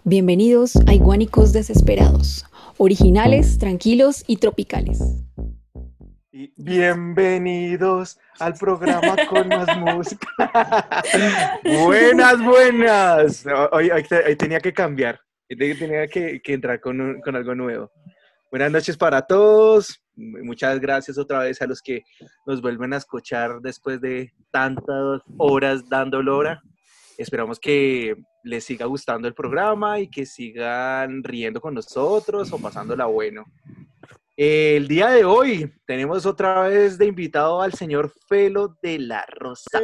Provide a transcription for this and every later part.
Bienvenidos a Iguanicos Desesperados, originales, tranquilos y tropicales. Y bienvenidos al programa con más música. Buenas. Hoy tenía que cambiar. Tenía que entrar con algo nuevo. Buenas noches para todos. Muchas gracias otra vez a los que nos vuelven a escuchar después de tantas horas dando lora. Esperamos que les siga gustando el programa y que sigan riendo con nosotros o pasándola bueno. El día de hoy tenemos otra vez de invitado al señor Felo de la Rosa.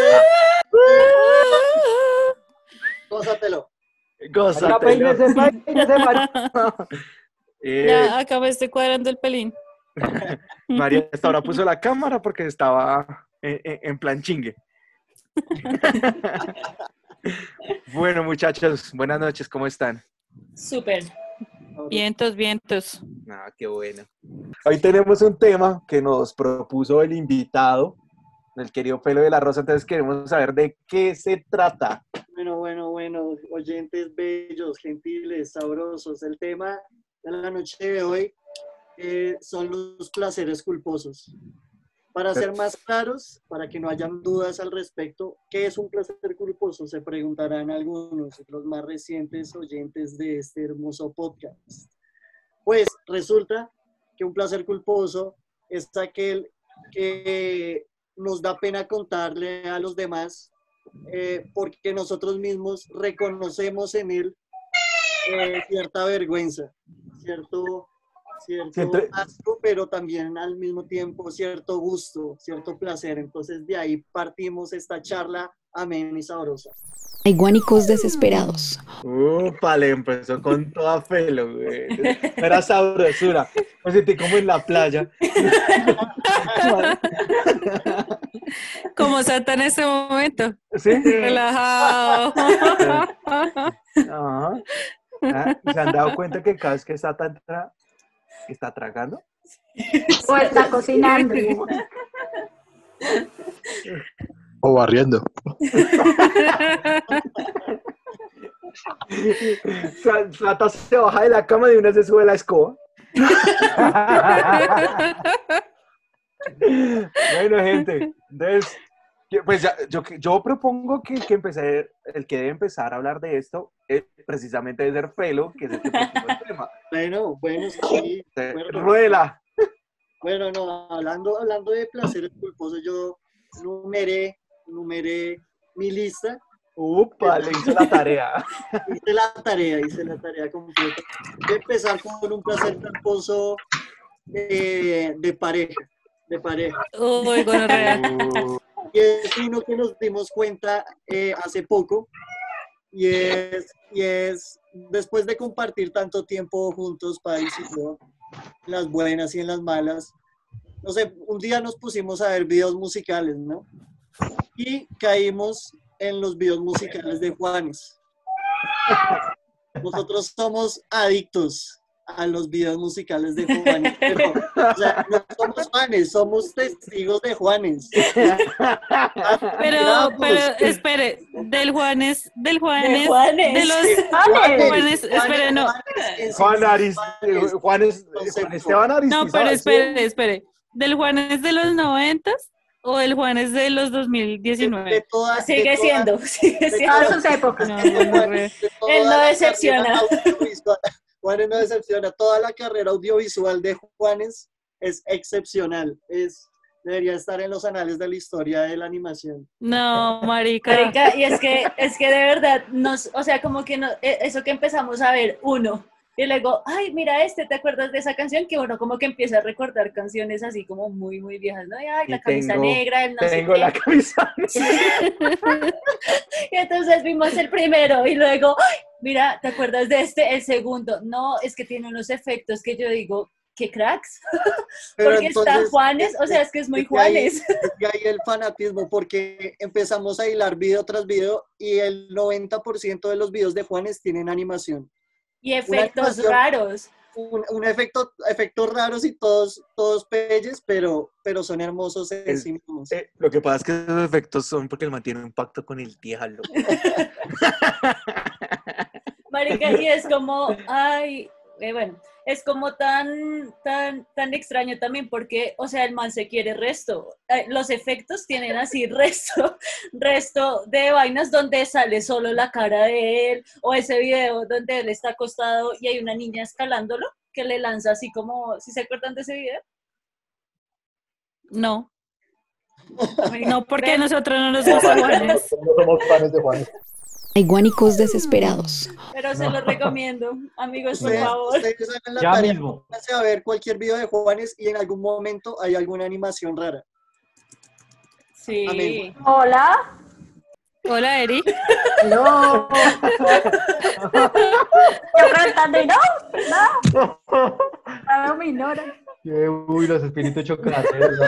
Gózatelo. Gózatelo. Ya acabé, estoy cuadrando el pelín. María hasta ahora puso la cámara porque estaba en plan chingue. Bueno, muchachos, buenas noches, ¿cómo están? Súper. Vientos. Ah, qué bueno. Hoy tenemos un tema que nos propuso el invitado, el querido Felo de la Rosa, entonces queremos saber de qué se trata. Bueno, oyentes bellos, gentiles, sabrosos. El tema de la noche de hoy son los placeres culposos. Para ser más claros, para que no hayan dudas al respecto, ¿qué es un placer culposo? Se preguntarán algunos, los más recientes oyentes de este hermoso podcast. Pues resulta que un placer culposo es aquel que nos da pena contarle a los demás porque nosotros mismos reconocemos en él cierta vergüenza, cierto asco, pero también al mismo tiempo cierto gusto, cierto placer. Entonces de ahí partimos esta charla amena y sabrosa. Iguanicos Desesperados. Le empezó con toda Felo, güey. Era sabrosura. Me sentí como en la playa. Como Santa en este momento. ¿Sí? Relajado. Ajá. ¿Se han dado cuenta que cada vez que Sata entra, está tragando? O está cocinando. O barriendo. Sata se baja de la cama y de una se sube la escoba. Bueno, gente, entonces, pues ya, yo propongo que el que debe empezar a hablar de esto es precisamente de ser Felo, que es el que propuso el tema. Bueno, sí. Ruela. Bueno, no, hablando de placeres culposos, yo numeré mi lista. Le hizo la tarea. Hice la tarea completa. Voy a empezar con un placer culposo de pareja. Uy, gonorrea. Y es uno que nos dimos cuenta hace poco, y es después de compartir tanto tiempo juntos, País y yo, en las buenas y en las malas, no sé, un día nos pusimos a ver videos musicales, ¿no? Y caímos en los videos musicales de Juanes. Nosotros somos adictos a los videos musicales de Juanes, pero, o sea, no somos Juanes, somos testigos de Juanes. Pero espere, del Juanes, de los Juanes, espere, no. Juan Esteban Aristizábal. No, pero espere, ¿del Juanes de los 90s o del Juanes de los 2019? Sigue siendo todas sus épocas. Él no decepciona. Juanes no decepciona. Toda la carrera audiovisual de Juanes es excepcional. Debería estar en los anales de la historia de la animación. No, marica. Y es que de verdad, o sea, como que eso que empezamos a ver, uno, y luego, ay, mira ¿te acuerdas de esa canción? Que uno como que empieza a recordar canciones así como muy, muy viejas, ¿no? Y, ay, la camisa negra, el no sé Tengo qué. la camisa negra. Y entonces vimos el primero, y luego, ay, mira, ¿te acuerdas de el segundo? No, es que tiene unos efectos que yo digo, ¿qué cracks? Porque entonces, está Juanes, o sea, es que es muy Juanes. Y ahí el fanatismo, porque empezamos a hilar video tras video, y el 90% de los videos de Juanes tienen animación. Y efectos raros. Un efectos raros y todos pelles, pero son hermosos en sí mismos. Lo que pasa es que esos efectos son porque él mantiene un pacto con el diablo. Marica, y es como, ay, bueno, es como tan extraño también porque, o sea, el man se quiere resto. Los efectos tienen así resto de vainas donde sale solo la cara de él, o ese video donde él está acostado y hay una niña escalándolo que le lanza así como, ¿sí se acuerdan de ese video? No. No, porque a nosotros no nos gusta Juanes. No somos fanes de Juanes. Hay guánicos desesperados. Pero se los recomiendo, amigos, por Ustedes, favor. ustedes hagan la Ya tarea, mismo. pónganse a ver cualquier video de Juanes y en algún momento hay alguna animación rara. Sí. Amén. Hola. Hola, Eri. No. Yo preguntando y no. No me ignoran. Uy, los espíritus chocolateros.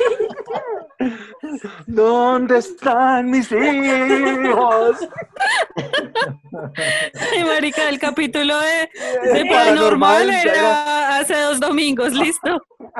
¿Dónde están mis hijos? Ay, marica, el capítulo de Paranormal Paranormal era hace 2 domingos, listo.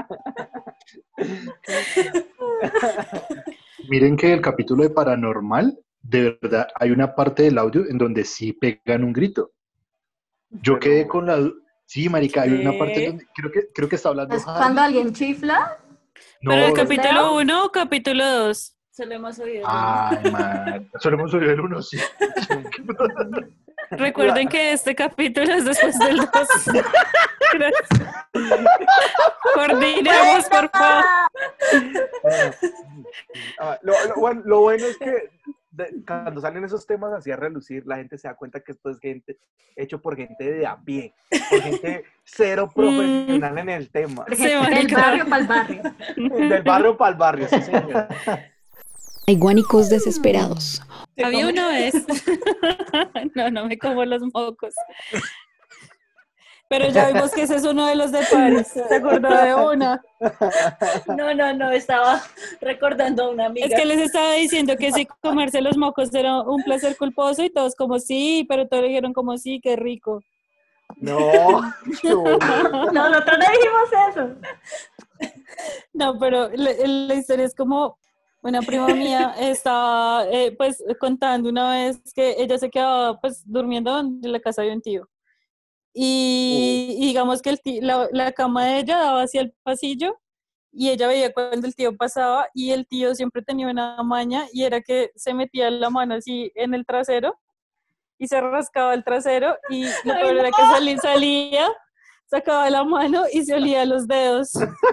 Miren que el capítulo de Paranormal, de verdad, hay una parte del audio en donde sí pegan un grito. Yo quedé con la... Sí, marica, hay una parte en donde creo que está hablando ¿Es Harry. cuando alguien chifla? No, ¿Pero el capítulo 1 o capítulo 2? Se lo hemos oído. Ay, man. Solo hemos oído el 1, sí. Recuerden que este capítulo es después del 2. Gracias. Coordinemos, por favor. Lo bueno es que cuando salen esos temas así a relucir, la gente se da cuenta que esto es gente hecho por gente de a pie, por gente cero profesional en el tema. Sí, Del marica. barrio para el barrio. Del barrio para el barrio, sí, señor. Hay guánicos desesperados. Había una vez. No me como los mocos. Pero ya vimos que ese es uno de los de Paris. ¿Se acordó de una? No, estaba recordando a una amiga. Es que les estaba diciendo que si comerse los mocos era un placer culposo y todos como sí, pero todos dijeron como sí, qué rico. No. Nosotros no dijimos eso. No, pero la historia es como una prima mía estaba pues contando una vez que ella se quedaba pues durmiendo en la casa de un tío. Y digamos que la cama de ella daba hacia el pasillo y ella veía cuando el tío pasaba y el tío siempre tenía una maña y era que se metía la mano así en el trasero y se rascaba el trasero y lo peor era que salía, sacaba la mano y se olía los dedos.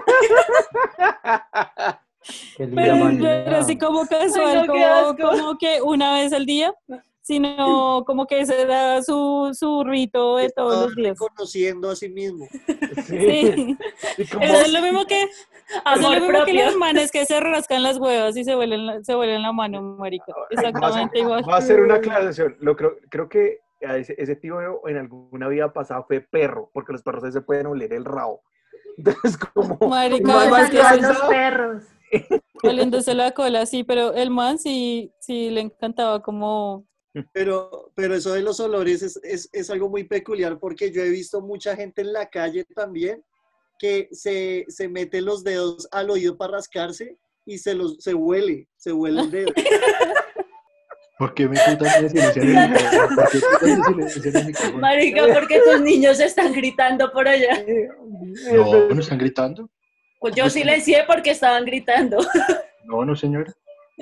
Qué linda Pero no manía. era así como casual, Ay, no, qué asco. como que una vez al día, sino como que ese era su rito de todos Estaba los días. reconociendo a sí mismo. Sí. Y como- Eso es lo mismo que, eso es Amor lo mismo que propio. los manes que se rascan las huevas y se vuelven la mano, marica. Exactamente igual. Va a ser una aclaración. Creo que a ese tío en alguna vida pasada fue perro, porque los perros se pueden oler el rabo. Entonces, como... Marica, ¿Cómo es que salieron los perros? oliéndose la cola, sí, pero el man sí le encantaba como... Pero eso de los olores es algo muy peculiar porque yo he visto mucha gente en la calle también que se mete los dedos al oído para rascarse y se huele el dedo. ¿Por qué me putas me silencian el micrófono? ¿Por qué putas me silencian el micrófono? Marica, porque tus niños están gritando por allá. No están gritando. Pues yo silencié porque estaban gritando. No, señora.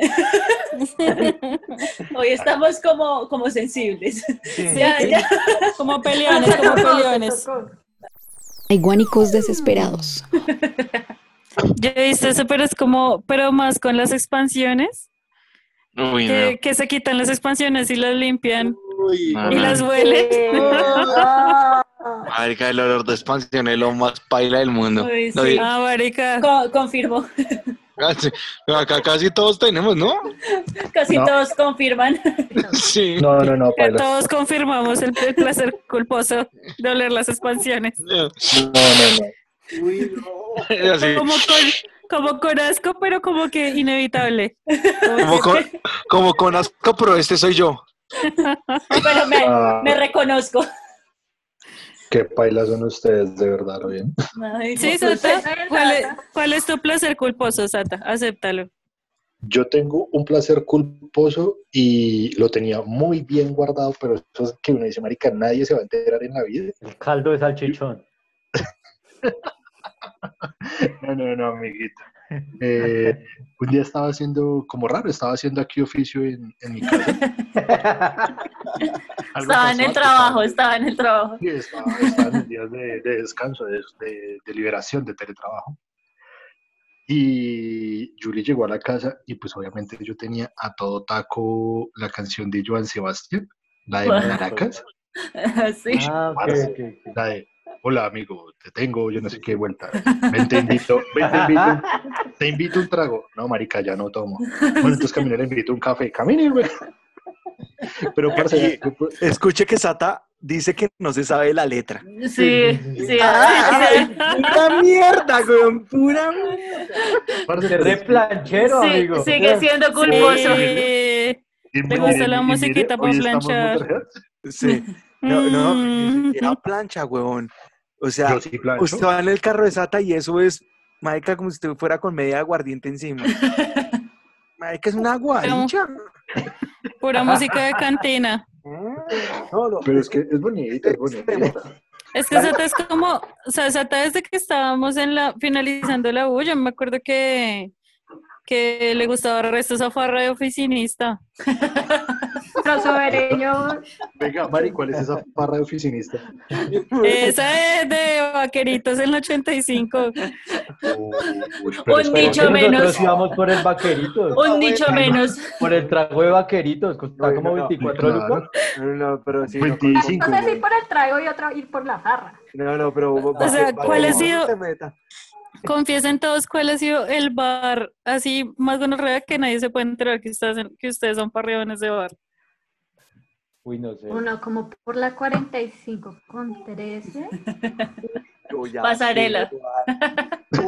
Hoy estamos como sensibles. Sí. Ya. Como peleones, como peleones. Hay guánicos desesperados. Yo he visto eso, pero más con las expansiones, Uy, no. que se quitan las expansiones y las limpian Uy, No, y no. las huelen. Marica, el olor de expansión es lo más paila del mundo. Uy, Lo sí. di- Ah, marica. Confirmo. Acá casi todos tenemos, ¿no? Casi No. todos confirman. Sí. No, Que paila. todos confirmamos el placer culposo de oler las expansiones. No. uy, no. Así, Como con asco, pero como que inevitable. como con asco, pero este soy yo. Pero me reconozco. Qué pailas son ustedes, de verdad, ¿lo bien? Ay, Sí, no. Sata, ¿cuál es tu placer culposo, Sata? Acéptalo. Yo tengo un placer culposo y lo tenía muy bien guardado, pero eso es que uno dice, marica, nadie se va a enterar en la vida. El caldo de salchichón. No, amiguito. Un día estaba haciendo, como raro, estaba haciendo aquí oficio en mi casa. Algo Estaba en pasó, el trabajo, estaba en el trabajo. Sí, estaba en mis días de descanso, de liberación, de teletrabajo. Y Julie llegó a la casa y pues obviamente yo tenía a todo taco la canción de Joan Sebastián, la de Madaracas. Sí. Ah, ok, Parce, ok, ok. la de, hola amigo, te tengo, yo no sé qué vuelta. Ven, te invito un trago. No, marica, ya no tomo. Bueno, entonces camine, le invito un café. Camine, güey. Pero, parce, Escuche que Sata dice que no se sabe la letra. Sí, sí. ¡Ay, pura mierda, güey! ¡Pura mierda! parce, Re planchero, Sí, amigo. sigue siendo culposo. Sí. y ¿Te mire, gusta la y musiquita mire, para hoy estamos planchar? Motorheads. Sí. No, ni Mm. siquiera plancha, huevón. O sea, Yo sí plancho. usted va en el carro de Sata y eso es, marica, como si usted fuera con media aguardiente encima. Marica, es una guaricha. Pura música de cantina. No, Pero es que es bonita, es bonita. Es que Sata es como, o sea, Sata desde que estábamos finalizando la U, yo me acuerdo que le gustaba el resto esa farra de oficinista. Trozobereño. Venga, Mari, ¿cuál es esa parra de oficinista? Esa es de vaqueritos en el 85. Un nicho menos. Nosotros íbamos por el vaqueritos. Un nicho menos. Por el trago de vaqueritos. Costaba como 24 Claro. lucas. No, pero sí. 25. No sé si por el trago y otro ir por la farra. No, pero... O sea, ¿cuál ha sido? se meta. Confiesen todos cuál ha sido el bar así más gonorrea que nadie se puede enterar que ustedes son parriones de bar. Uy, no sé. Uno como por la 45 con 13. Yo ya Pasarela. sé,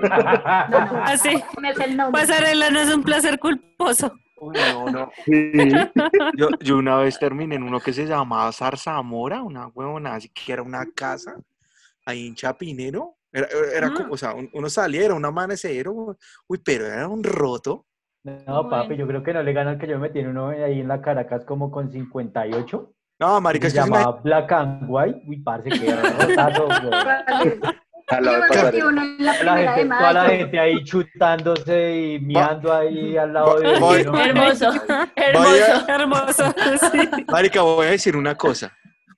No, Así. me es el nombre. Pasarela no es un placer culposo. Uy, no. Sí. Yo una vez terminé en uno que se llamaba Zarzamora, una huevona, así que era una casa ahí en Chapinero. Era como, o sea, uno salía, era un amanecero, uy, pero era un roto. No, papi, yo creo que no le gana al que yo me tiene uno ahí en la Caracas como con 58. No, marica, Se es que es una... llamaba Black and White. Uy, parce, que era rotazo, güey. A la Yo de me metí pasarela. uno en la Toda primera de toda la mayo. gente ahí chutándose y miando ahí al lado de voy. uno. Hermoso. Vaya. Hermoso. Hermoso. Sí. Marica, voy a decir una cosa.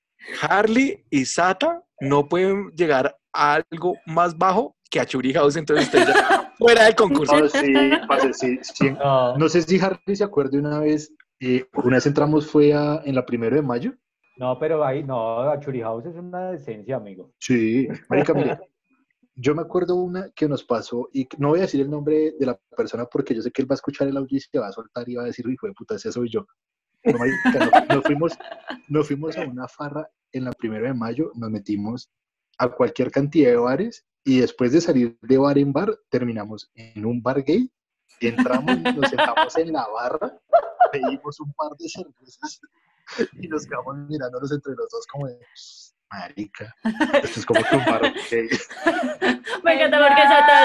Harley y Sata no pueden llegar a algo más bajo que a Churi House, entonces ustedes ya fuera del concurso. No, sí, parce, sí. No. No sé si Harry se acuerda una vez entramos fue en la 1 de mayo. No, pero ahí, no, a Churi House es una decencia, amigo. Sí, marica, mire, yo me acuerdo una que nos pasó, y no voy a decir el nombre de la persona porque yo sé que él va a escuchar el audio y se va a soltar y va a decir, hijo de puta, ese soy yo. Pero, marica, nos fuimos a una farra en la 1 de mayo, nos metimos a cualquier cantidad de bares y después de salir de bar en bar, terminamos en un bar gay, entramos, nos sentamos en la barra, pedimos un par de cervezas y nos quedamos mirándonos entre los dos como de, marica, esto es como que un bar gay. Me encanta porque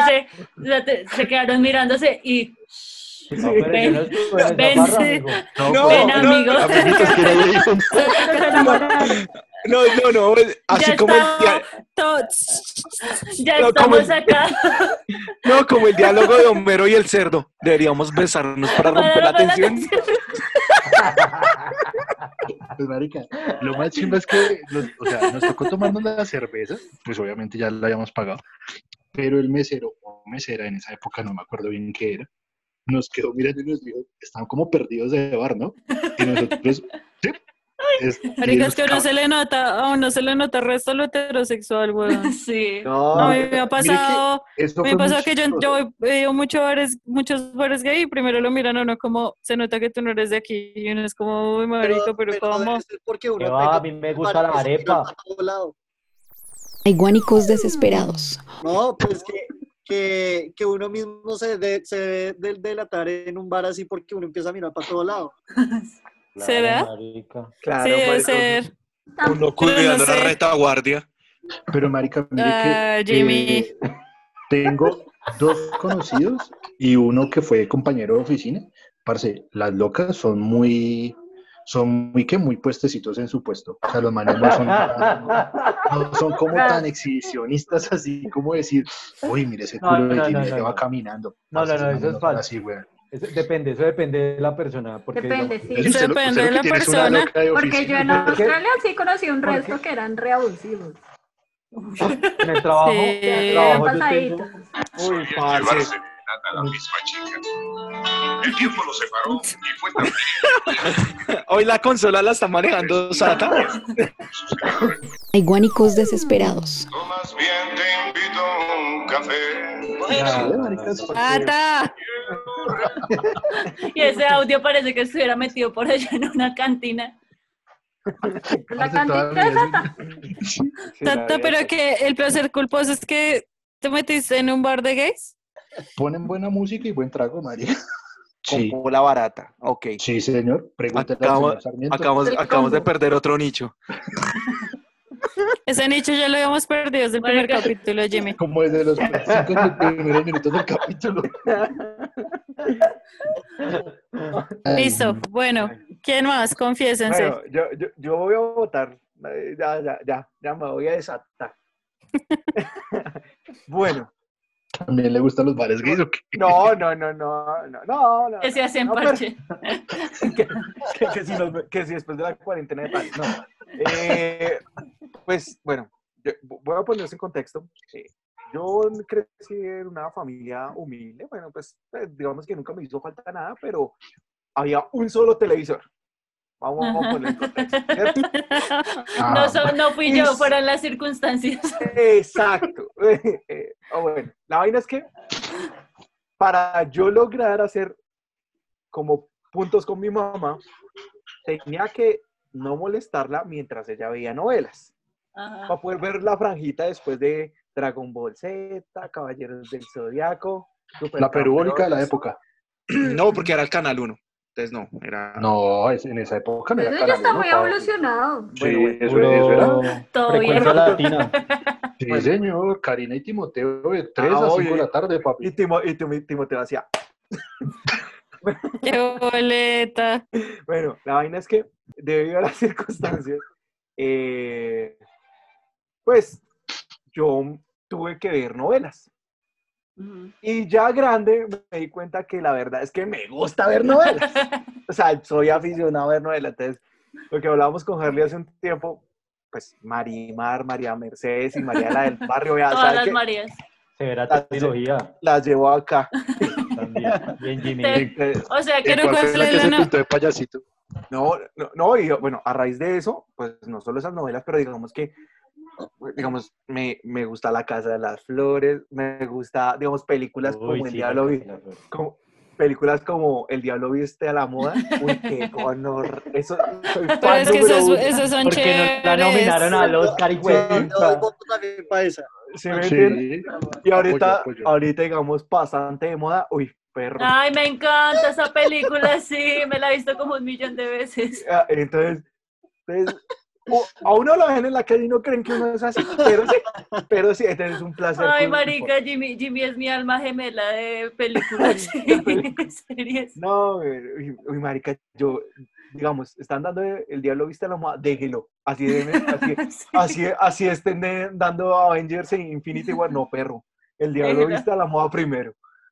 se quedaron mirándose y... No, pero yo no estuve en esa Ven, barra, sí. amigo. Ven, amigo. Amiguitos, que era ahí. Se enamoraron. No, así Ya como está. Ya No, como estamos acá. como el diálogo de Homero y el cerdo. Deberíamos besarnos para romper la tensión. Pues, marica, lo más chimba es que o sea, nos tocó tomarnos la cerveza, pues obviamente ya la habíamos pagado, pero el mesero o mesera en esa época, no me acuerdo bien qué era, nos quedó mirando y nos dijo, estaban como perdidos de bar, ¿no? Y nosotros, sí. Marica, es que a uno se le nota el resto lo heterosexual, weón. Sí. No, A mí me ha pasado, eso me fue pasó muy que yo chistoso. he ido muchos bares gay y primero lo miran a uno como, se nota que tú no eres de aquí, y uno es como, uy, marica, pero ¿cómo? debe ser porque uno Que va, a mí me gusta la arepa. a todo lado. Hay guánicos desesperados. No, pues que uno mismo se debe delatar en un bar así porque uno empieza a mirar para todo lado. ¿Será? Marica. claro, Sí, debe marica, ser. Uno Pero cuidando no la sé. retaguardia. Pero marica, mire Ah, que Jimmy. tengo 2 conocidos y uno que fue compañero de oficina. Parce, las locas muy puestecitos en su puesto. O sea, los manes no son como tan exhibicionistas así como decir, uy, mire ese culo de Jimmy, que va caminando. No, Parce, esos manes eso es son falso. así, güey. Eso depende de la persona. Porque, Depende, digamos, sí. Eso Depende de la que tienes una persona. loca de Porque oficina. yo en ¿Por qué? Australia sí conocí un ¿Por qué? resto que eran reabusivos. en el trabajo, Sí. en el Eran trabajo yo pasaditos. tengo... Uy, parce. a la misma chica. El tiempo los separó y fue también. Hoy la consola la está manejando Sata. Hay guanicos desesperados. O más bien te invito a un café. Ya, maricas, ¡Ata! Y ese audio parece que estuviera metido por allá en una cantina. La parce, toda cantidad mi vida Tata, pero que el placer culposo es que te metiste en un bar de gays. ponen buena música y buen trago, marica. Sí, Con la barata. Ok. sí, señor. Pregúntale al Acabamos, señor Sarmiento. acabamos de perder otro nicho. Ese nicho ya lo habíamos perdido desde el primer Marica. capítulo, Jimmy. Como desde los 5 primeros minutos del capítulo. Ay, Listo. Bueno, ¿quién más? Confiésense. Bueno, yo voy a votar. Ya me voy a desatar. Bueno, ¿también le gustan los bares gays o qué? no. Que se hacen No, pero- parche. que si después de la cuarentena de tal. No. Pues bueno, voy a ponerse en contexto. Yo crecí en una familia humilde. Bueno, pues digamos que nunca me hizo falta nada, pero había un solo televisor. Vamos a poner en contexto, ¿cierto? No fui yo, fueron las circunstancias. Exacto. Bueno, la vaina es que para yo lograr hacer como puntos con mi mamá, tenía que no molestarla mientras ella veía novelas. Ajá. Para poder ver la franjita después de Dragon Ball Z, Caballeros del Zodiaco, La perubólica de la Supercampeones. época. No, porque era el Canal 1. Entonces no, era... No, en esa época no era Eso ya Canal está 1, muy Pablo. evolucionado. Sí, eso Puro era. Todo frecuencia bien. latina. Sí, señor. Karina y Timoteo de 3 a 5 oye. de la tarde, papi. Y Timoteo hacía. ¡Qué boleta! Bueno, la vaina es que debido a las circunstancias, pues yo tuve que ver novelas. Ujú. Y ya grande me di cuenta que la verdad es que me gusta ver novelas. O sea, soy aficionado a ver novelas. Entonces, lo que hablábamos con Harley hace un tiempo, pues Marimar, María Mercedes y María la del Barrio, ya Todas sabe las que Marías. Severa trilogía. las llevo acá. También. Bien, Jimmy. Te- O sea, que ¿Y Pero cuál ¿cuál fue la es que la se no- pintó de payasito? No, y bueno, a raíz de eso, pues no solo esas novelas, pero digamos que, me gusta La Casa de las Flores, me gusta, digamos, películas como El sí, Diablo la- películas como El Diablo Viste a la Moda. Uy, qué honor. Eso, soy Pero fan es que número uno. esos son Porque no la nominaron chéveres. al Oscar y Yo doy voto también para esa. ¿Sí me entiendes? Sí. Y ahorita, Apoyo. ahorita, digamos, pasante de moda, uy, perro. Ay, me encanta esa película, sí, me la he visto como 1.000.000 de veces. Entonces, a uno lo ven en la calle y no creen que uno es así, pero sí, entonces es un placer. Ay, marica, Jimmy es mi alma gemela de películas y series. No, uy, marica, yo, digamos, están dando El Diablo Viste a la Moda, déjelo. Así estén dando Avengers en Infinity War, no, perro. El Diablo Déjela. Viste a la Moda primero.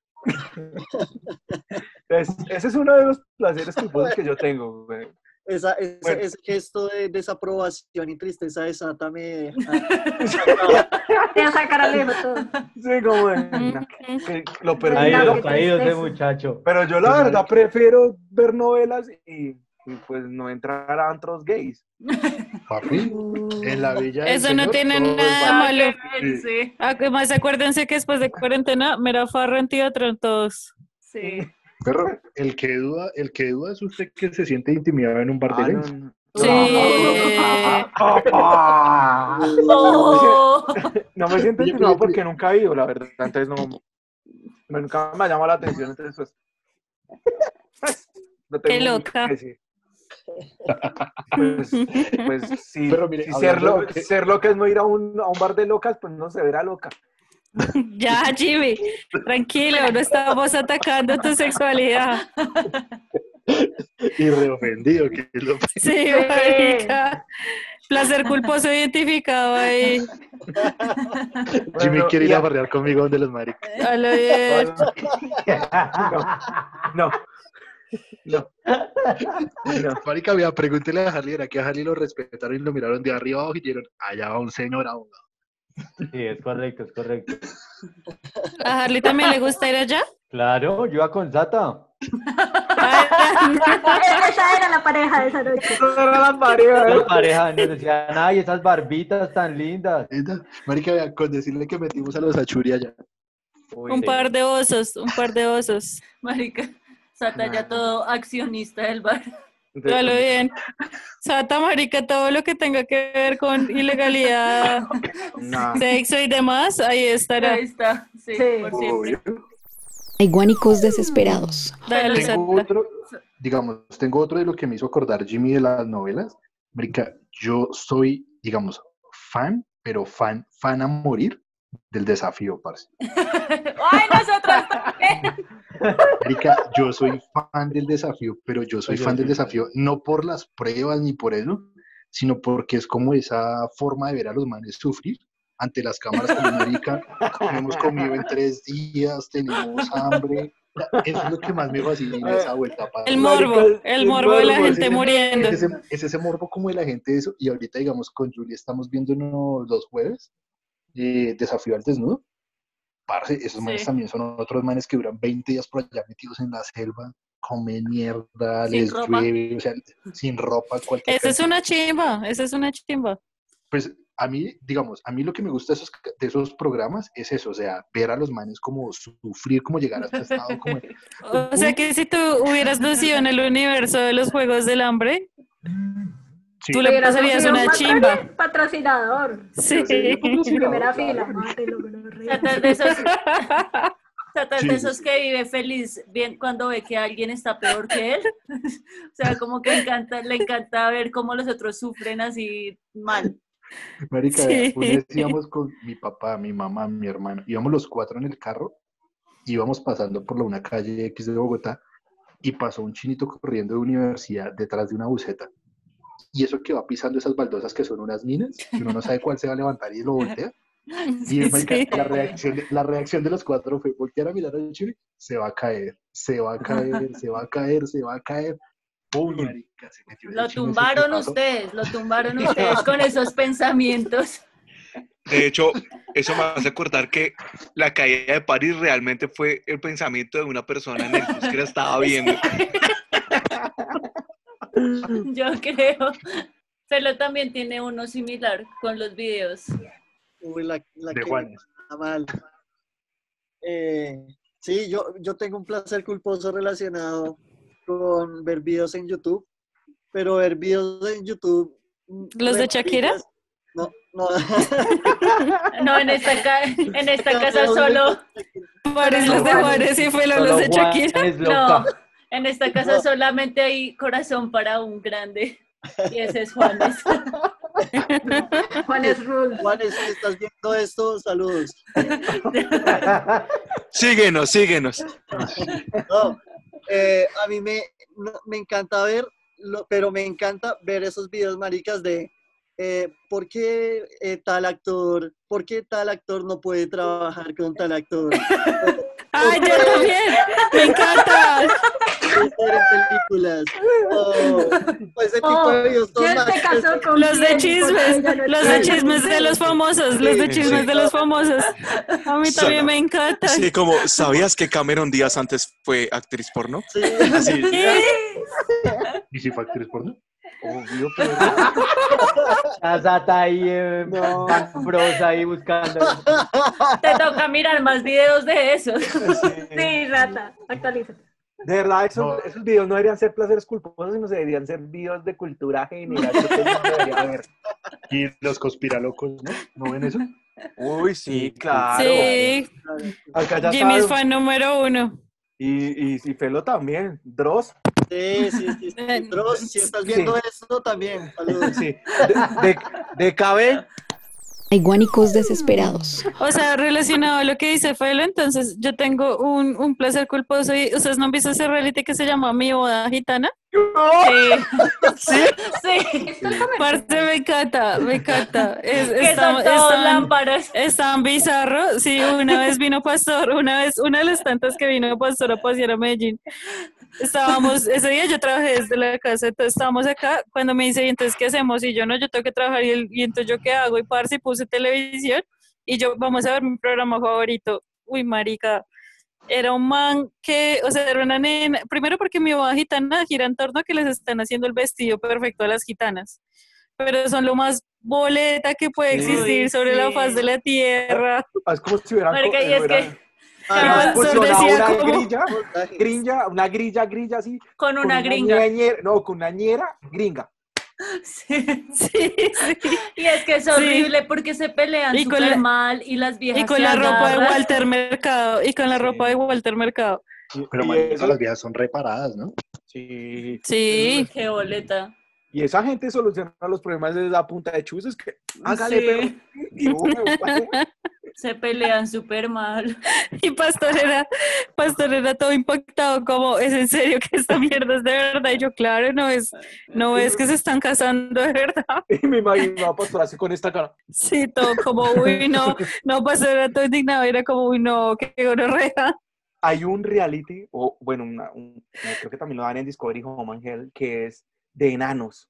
Entonces, ese es uno de los placeres culposos que yo tengo, güey. Bueno. Ese gesto de desaprobación y tristeza de Sata me Te va a sacar a Leo todo. Sí, como que lo perdí. Ay, Caído, qué caído ese tristeza. muchacho. Pero yo la verdad prefiero ver novelas y pues no entrar a antros gays. Papi, en la villa del Eso no Señor, tiene todo es nada válido. malo. Sí, Además, acuérdense que después de cuarentena, mera farra en teatro todos. sí. Perro, el que duda es usted que se siente intimidado en un bar de gays. Sí. Oh. No me siento Oye, intimidado pero- porque nunca he ido, la verdad. Entonces nunca me ha llamado la atención. Entonces, pues, no tengo Qué mucho loca. que decir. Pues sí, Pero mire, sí, hablando de lo que- ser loca es no ir a un bar de locas, pues no se verá loca. Ya, Jimmy, tranquilo, no estamos atacando tu sexualidad. Y reofendido, que es lo Sí, marica. Placer culposo identificado ahí. Jimmy Bueno, quiere ir ya. a barrear conmigo donde los maricas. A lo bien. No. No. No. Marica, vea, pregúntele a Harley, era que a Harley lo respetaron y lo miraron de arriba abajo y dijeron, allá va un señor abogado. Sí, es correcto, es correcto. ¿A Harley también le gusta ir allá? Claro, yo iba con Sata. Esa era la pareja de esa noche. La pareja nos decían, ay, esas barbitas tan lindas. Marica, vea, con decirle que metimos a los Achuri allá. Un par de osos, un par de osos. Marica, Sata ya todo accionista del bar. A lo bien. Sata, marica, todo lo que tenga que ver con ilegalidad, No. sexo y demás, ahí estará. Ahí está, sí, Sí. por siempre. Hay guánicos desesperados. Dale, Tengo Sata. otro, tengo otro de lo que me hizo acordar Jimmy de las novelas. Marica, yo soy, digamos, fan, pero fan a morir del Desafío, parce. ¡Ay, nosotros también! Marica, yo soy fan del Desafío, pero yo soy fan del Desafío no por las pruebas ni por eso, sino porque es como esa forma de ver a los manes sufrir ante las cámaras como marica, no hemos comido en 3 días, tenemos hambre. Eso es lo que más me fascina de esa vuelta. El morbo de la gente muriendo. Es ese morbo como de la gente de eso. Y ahorita, digamos, con Julia estamos viendo los jueves Desafío al Desnudo. Parce, esos manes Sí. también son otros manes que duran 20 días por allá metidos en la selva, comen mierda, Sin les ropa. llueve, o sea, sin ropa, cualquier Esa es cosa. una chimba. Pues a mí, digamos, a mí lo que me gusta de esos programas es eso, o sea, ver a los manes como sufrir, como llegar a este estado, como... O sea que si tú hubieras nacido en el universo de los Juegos del Hambre, Sí. tú le Hubieras pasarías sido una un chimba. patrocinador. Sí. Primera fila. Sata es de esos, Sata es Sí, de sí, esos que vive feliz bien cuando ve que alguien está peor que él. O sea, como que le encanta ver cómo los otros sufren así mal. Marica, Sí. una vez íbamos con mi papá, mi mamá, mi hermano, íbamos los 4 en el carro, íbamos pasando por una calle X de Bogotá y pasó un chinito corriendo de universidad detrás de una buseta. Y eso que va pisando esas baldosas que son unas minas, que uno no sabe cuál se va a levantar y lo voltea. Y marica, Sí. la reacción de los 4 fue voltear a mirar al chino, se va a caer, se va a caer, se va a caer, se va a caer. ¡Pum! Marica, se metió ese Lo chino, ese tumbaron putazo. ustedes con esos pensamientos. De hecho, eso me hace acordar que la caída de París realmente fue el pensamiento de una persona en el bus que la estaba viendo. Yo creo. Felo también tiene uno similar con los videos. Uy, la De que Juanes. está mal. Sí, yo tengo un placer culposo relacionado con ver videos en YouTube, pero ver videos en YouTube. ¿Los de Shakira? No, no. No, en esta casa solo. Juárez, los de Juárez y fue los de Shakira. No, en esta casa solamente hay corazón para un grande. Y ese es Juanes. Juanes Rule. Juanes, si estás viendo esto, saludos. Síguenos. No, a mí me encanta ver, pero me encanta ver esos videos maricas de ¿por qué tal actor no puede trabajar con tal actor? ¡Ay, yo también! ¡Me encanta! Estar en películas. Ese tipo de videos todos ¿Quién se casó con Los de quién? chismes, Porque ella no los de tiene. chismes de los famosos, los de chismes de los famosos. A mí también me encanta. Sí, como, ¿sabías que Cameron Díaz antes fue actriz porno? Sí. Así. ¿Y si fue actriz porno? Obvio, pero... La Sata ahí, No. brosa ahí buscando. Te toca mirar más videos de esos. Sí, rata, actualízate. De verdad, No. esos videos no deberían ser placeres culposos, sino deberían ser videos de cultura general que todo el mundo debería ver. Y los conspiralocos, ¿no? ¿No ven eso? Uy, sí, claro. Sí, Acá ya Jimmy es saben. fan número 1. Y Felo también. Dross. Sí. Dross, si estás viendo esto también, saludos. Sí. De KB. Hay guánicos desesperados. O sea, relacionado a lo que dice Felo, entonces yo tengo un placer culposo y ¿ustedes no han visto ese reality que se llama Mi Boda Gitana? Sí. Sí. Parce, me encanta, me encanta. Que son todos lámparas. Es tan bizarro. Sí, una vez vino Pastor, una de las tantas que vino Pastor a pasear a Medellín. Ese día yo trabajé desde la casa, entonces estábamos acá, cuando me dice, ¿y entonces qué hacemos? Y yo, no, yo tengo que trabajar, y entonces yo, ¿qué hago? Y parce, puse televisión, y yo, vamos a ver mi programa favorito. Uy, marica, era un man que, o sea, era una nena, primero porque Mi Boda Gitana gira en torno a que les están haciendo el vestido perfecto a las gitanas, pero son lo más boleta que puede existir sobre la faz de la tierra. Es como si hubieran... Marica, y es que... una grilla así. Con una gringa. Con una ñera gringa. Sí. Y es que es horrible porque se pelean súper mal y las viejas y con la ropa de Walter Mercado. Pero marica, las viejas son reparadas, ¿no? Sí. Qué boleta. Y esa gente soluciona los problemas desde la punta de chuzos que hágale, Se pelean súper mal. Y Pastor era todo impactado, como, ¿es en serio que esta mierda es de verdad? Y yo, claro, no es que se están casando de verdad. Y me imagino a Pastor así con esta cara. Sí, todo como, uy, no, Pastor era todo indignado, era como, uy, no, qué gonorrea. Hay un reality, o bueno, creo que también lo dan en Discovery Home and Health, que es de enanos.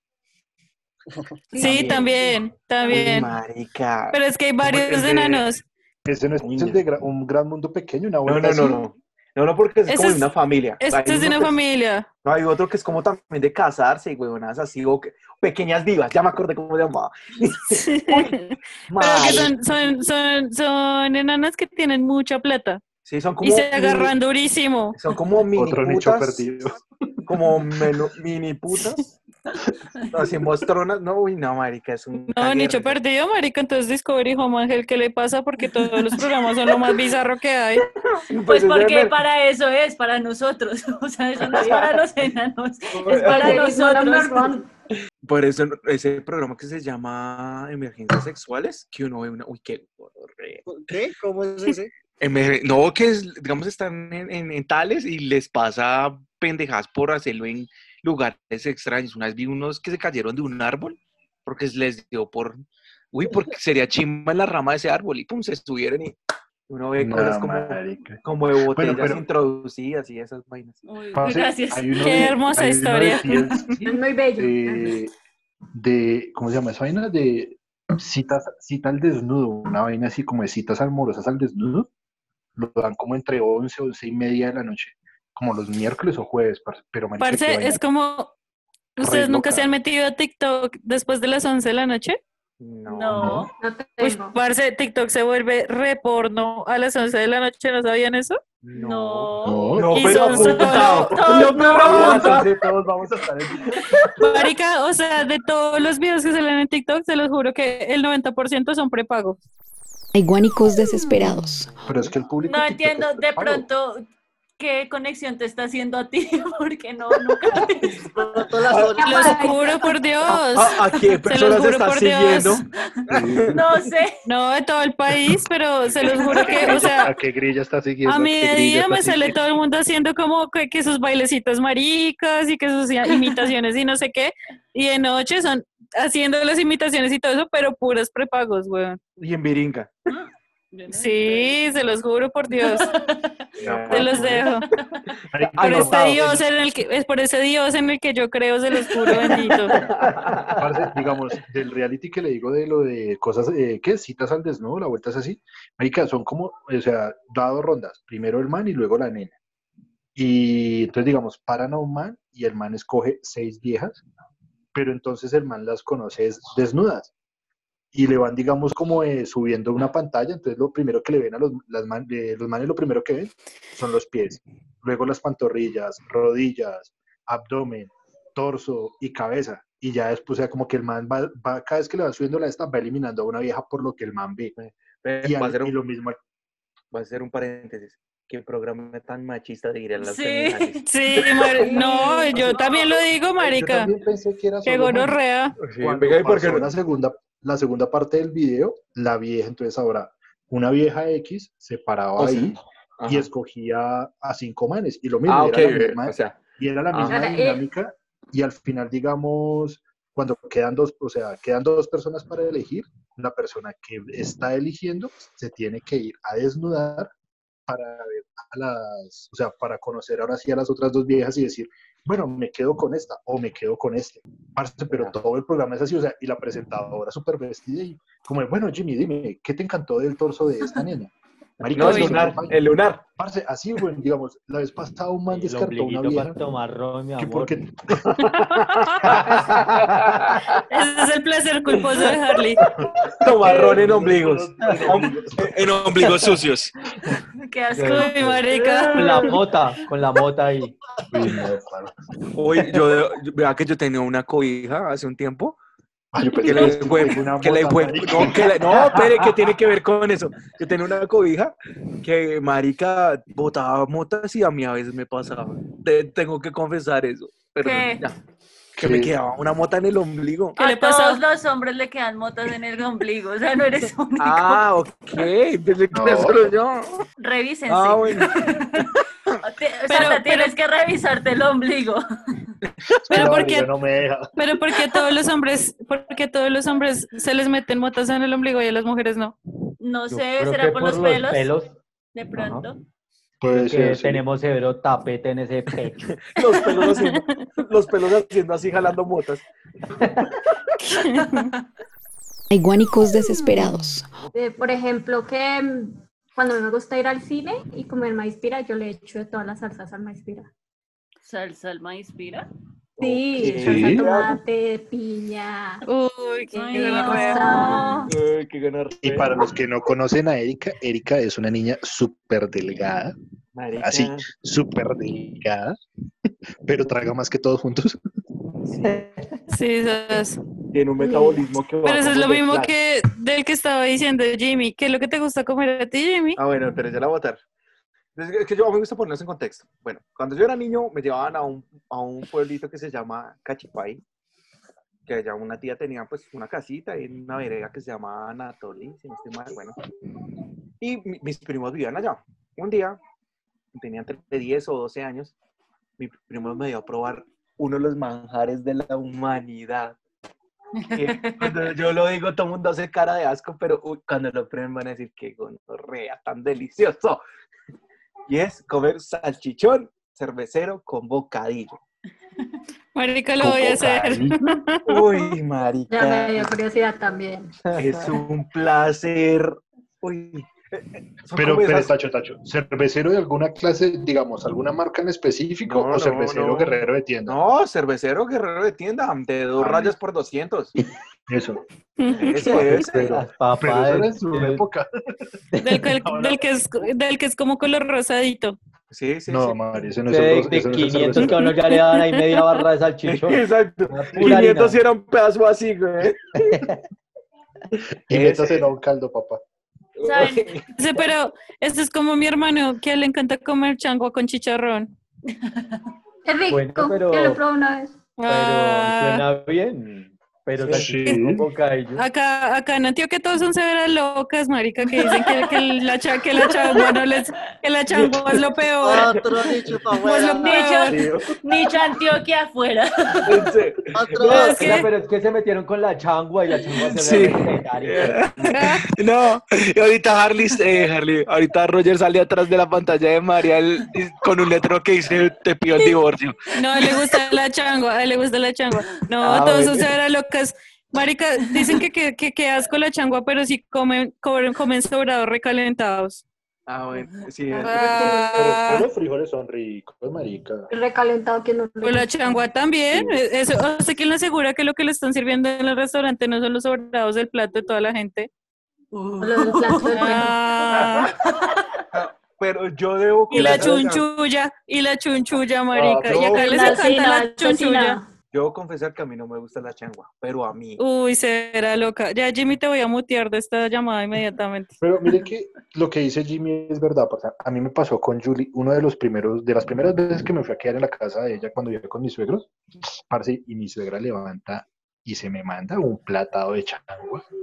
Sí, también. Uy, marica. Pero es que hay varios de enanos. Ese no es el de un gran mundo pequeño, una buena. No, porque es como de una familia. Este es de una familia. No, hay otro que es como también de casarse y huevonas así, o pequeñas divas, ya me acordé cómo se llamaba. Sí. Pero que son enanas que tienen mucha plata. Sí, son como... Y se agarran durísimo. Son como mini otro putas. nicho perdido. Como mini putas. Así mostronas. No, uy, no, marica, es un... No, nicho perdido, marica. Entonces Discovery Home Ángel, ¿qué le pasa? Porque todos los programas son lo más bizarro que hay. Pues porque para eso es, para nosotros. O sea, eso no es para los enanos. Es para nosotros. Por eso ese programa que se llama Emergencias Sexuales, que uno ve una... Uy, qué horror. ¿Qué? ¿Cómo es ese? No, que digamos están en tales y les pasa pendejadas por hacerlo en lugares extraños. Una vez vi unos que se cayeron de un árbol porque les dio por... Uy, porque sería chimba en la rama de ese árbol y pum, se estuvieron y uno ve cosas como de botellas introducidas y esas vainas. Uy, gracias. Qué hermosa historia. Es muy bello. ¿Cómo se llama esa vaina? De cita al desnudo, una vaina así como de citas amorosas al desnudo. Lo dan como entre 11 y media de la noche, como los miércoles o jueves, pero parce, es como, ¿ustedes nunca se han metido a TikTok después de las 11 de la noche? No. Pues, parce, TikTok se vuelve re porno a las 11 de la noche, ¿no sabían eso? No, y pero son todos vamos a estar en TikTok. Marica, o sea, de todos los videos que salen en TikTok, se los juro que el 90% son prepagos. Hay guánicos desesperados. Pero es que el público... No entiendo, de pronto, ¿qué conexión te está haciendo a ti? Porque nunca he visto. Los juro por Dios. ¿A qué personas estás siguiendo? No sé. No, de todo el país, pero se los juro que, o sea... ¿A qué grilla está siguiendo? A mi día me sale todo el mundo haciendo como que sus bailecitos maricas y que sus imitaciones y no sé qué. Y de noche son haciendo las imitaciones y todo eso, pero puros prepagos, weón. Y en Viringa. Sí, se los juro por Dios. Se los dejo. Por ese Dios en el que yo creo, se los juro, bendito. Digamos, del reality que le digo de lo de cosas, ¿qué? Citas al desnudo, la vuelta es así. Marica, son como, o sea, dado rondas. Primero el man y luego la nena. Y entonces, digamos, paran a un man y el man escoge 6 viejas, pero entonces el man las conoce desnudas. Y le van, digamos, como subiendo una pantalla. Entonces lo primero que le ven a los manes, lo primero que ven son los pies, luego las pantorrillas, rodillas, abdomen, torso y cabeza. Y ya después, o sea, como que el man va cada vez que le va subiendo la esta, va eliminando a una vieja por lo que el man ve. Y lo mismo. Va a ser un paréntesis. Qué programa tan machista de ir a las feminales. Sí, no, yo también lo digo, marica. Yo también pensé que era qué gonorrea. Cuando pasó la segunda parte del video, la vieja, entonces ahora una vieja X se paraba O sea, ahí y ajá. escogía a 5 manes, y lo mismo, Ah, y ok, o sea, y era la misma Ahora, dinámica, y al final, digamos, cuando quedan dos, o sea, quedan dos personas para elegir, la persona que está eligiendo se tiene que ir a desnudar para ver a las, o sea, para conocer ahora sí a las otras dos viejas y decir, bueno, me quedo con esta o me quedo con este. Parce, pero ya. todo el programa es así, o sea, y la presentadora súper vestida y como, bueno, Jimmy, dime, ¿qué te encantó del torso de esta niña? Marica, No, eso se ve el lunar. parce, así, güey, digamos, la vez pasada un man El descartó a una ombliguito vieja para tomar ron, mi que amor. porque Ese es el placer culposo de Harley. Tomarrón en ombligos. En ombligos sucios. Qué asco. Uy, marica. Con la mota ahí. Uy, no, parce. Uy, vea que yo tenía una cobija hace un tiempo. Yo Que pensé le que fue, tengo una que le mota, fue, marica. no, espere, ¿qué tiene que ver con eso? Yo tenía una cobija que, marica, botaba motas y a mí a veces me pasaba. Tengo que confesar eso, pero ¿Qué? ya, que me quedaba una mota en el ombligo. ¿Qué le A todos pasó? los hombres le quedan motas en el ombligo, o sea, no eres único. Ah, ok, pensé que era No. solo yo. Revísense. Ah, bueno. Santa, tienes que revisarte el ombligo. Pero la ¿por barriga qué? no me deja. Pero porque todos los hombres se les meten motas en el ombligo y a las mujeres no. No Yo sé, creo ¿será que por los pelos? De Ajá. pronto. Puede Que ser, sí. tenemos severo tapete en ese pecho. Los pelos haciendo así, jalando motas. Hay guanicos desesperados. Por ejemplo, que cuando me gusta ir al cine y comer maíz pira, yo le echo de todas las salsas al maíz pira. ¿Salsa al maíz pira? Sí, Ok. salsa de tomate, piña. Uy, qué Ay, gonorrea. no. Uy, qué gonorrea. Y para los que no conocen a Erika, Erika es una niña súper delgada, Marica. así, súper delgada, pero traga más que todos juntos. Sí, esas. Tiene un metabolismo que va Pero eso es como lo de mismo Flash. que del que estaba diciendo Jimmy. ¿Qué es lo que te gusta comer a ti, Jimmy? Ah, bueno, pero ya la voy a botar. Es que yo me gusta ponerlos en contexto. Bueno, cuando yo era niño me llevaban a un pueblito que se llama Cachipay, que allá una tía tenía pues una casita en una vereda que se llama Anatolí, si no estoy mal, bueno. Y mis primos vivían allá. Un día, tenía entre 10 o 12 años, mi primo me dio a probar uno de los manjares de la humanidad. Que cuando yo lo digo, todo el mundo hace cara de asco, pero uy, cuando lo prueben van a decir que gonorrea, tan delicioso. Y es comer salchichón cervecero con bocadillo. Marica, lo voy a hacer. Uy, Ya marica, me dio curiosidad también. es un placer. Uy, son Pero, como esas- Tacho, ¿cervecero de alguna clase, digamos, alguna marca en específico No, o cervecero no. guerrero de tienda? No, cervecero guerrero de tienda, de 2 rayas por 200. Eso. Ese. Pero, Las papas. pero eso era en su del- época. Del que es como color rosadito. Sí, sí, No, sí. Mari, ese no es de, el, de ese no es el 500 que cervecero. a uno ya le daban ahí media barra de salchichón. Exacto. Una pura 500 harina. era un pedazo así, güey. Y métaselo a un caldo, papá. ¿Saben? Sí, pero este es como mi hermano, que a él le encanta comer changua con chicharrón. Es rico, Bueno, pero- yo lo probé una vez. Pero Ah, suena bien. Pero salchichón con bocadillo. acá en Antioquia todos son severas locas, marica, que dicen que la changua no les, que la changua es lo peor. Otro nicho para No es lo afuera. peor. Nicho Antioquia afuera. Otro. No, es que- Oiga, pero es que se metieron con la changua y la changua se Sí. ve respetaria. No, y ahorita Harley, ahorita Roger sale atrás de la pantalla de Marial con un letrero que dice te pido el divorcio. No, a él le gusta la changua, a él le gusta la changua. No, Ah, todos bueno. son severas locas. Marica, dicen que asco la changua, pero sí comen sobrados recalentados. Ah, bueno, sí. Ah, Pero los frijoles son ricos, marica. Recalentado que no. pues la changua también. Eso, ¿usted quién le asegura que lo que le están sirviendo en el restaurante no son los sobrados del plato de toda la gente? Lo del plato de Ah, Pero yo debo y la confesar- chunchulla, marica. no, y acá les la encanta cecina, la chunchulla. Debo confesar que a mí no me gusta la changua, pero a mí. Uy, será loca. Ya, Jimmy, te voy a mutear de esta llamada inmediatamente. Pero mire que lo que dice Jimmy es verdad, parce. A mí me pasó con Julie, de las primeras veces que me fui a quedar en la casa de ella cuando vivía con mis suegros, parce, y mi suegra levanta y se me manda un platado de changua.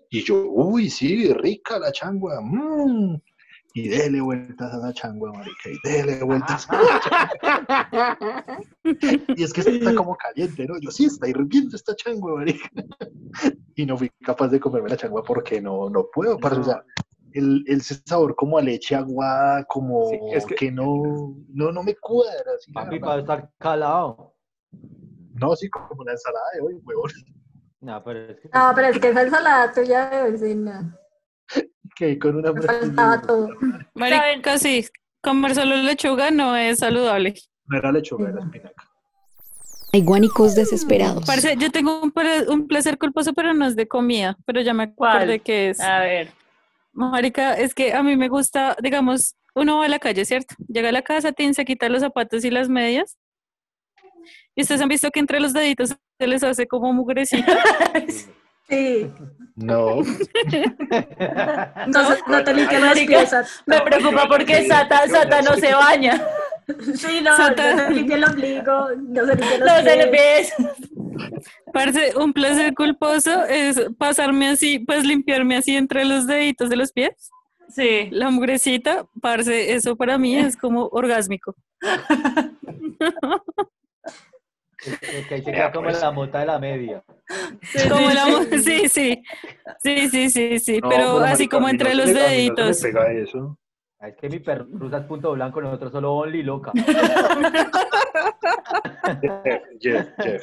Y yo, uy, sí, rica la changua. Y dele vueltas a la changua, marica, y dele vueltas a la changua. Y es que está como caliente, ¿no? Yo, sí, está hirviendo esta changua, marica. Y no fui capaz de comerme la changua porque no puedo, parce, o sea, ese sabor como a leche aguada, como Sí, es que no me cuadra. Así, la Papi, verdad. para estar calado. No, sí, como la ensalada de hoy, huevón. No, pero es que... No, pero es que esa ensalada tuya de vecina. Que con una Me faltaba todo. Marica, sí, comer solo lechuga no es saludable. No era lechuga, era espinaca. Hay guánicos desesperados. Parce, yo tengo un placer culposo, pero no es de comida, pero ya me acordé ¿Cuál? que es. A ver. Marica, es que a mí me gusta, digamos, uno va a la calle, ¿cierto? Llega a la casa, se quita los zapatos y las medias. ¿Y ustedes han visto que entre los deditos se les hace como mugrecita? Sí. No. No te limpias las Marica, piezas. Me preocupa porque Sata no se baña. Sí, no, Sata. no se limpia el ombligo, no se limpia los No se le pies. ves. Parce, un placer culposo es pasarme así, pues limpiarme así entre los deditos de los pies. Sí. La mugrecita, parce, eso para mí es como orgásmico. Que ahí se queda como la mota de la media. Sí, No, pero así marica, como a mí entre no los se me- a mí deditos. No se me pega eso. Es que mi perrusa es punto blanco, nosotros solo only loca. Jeff.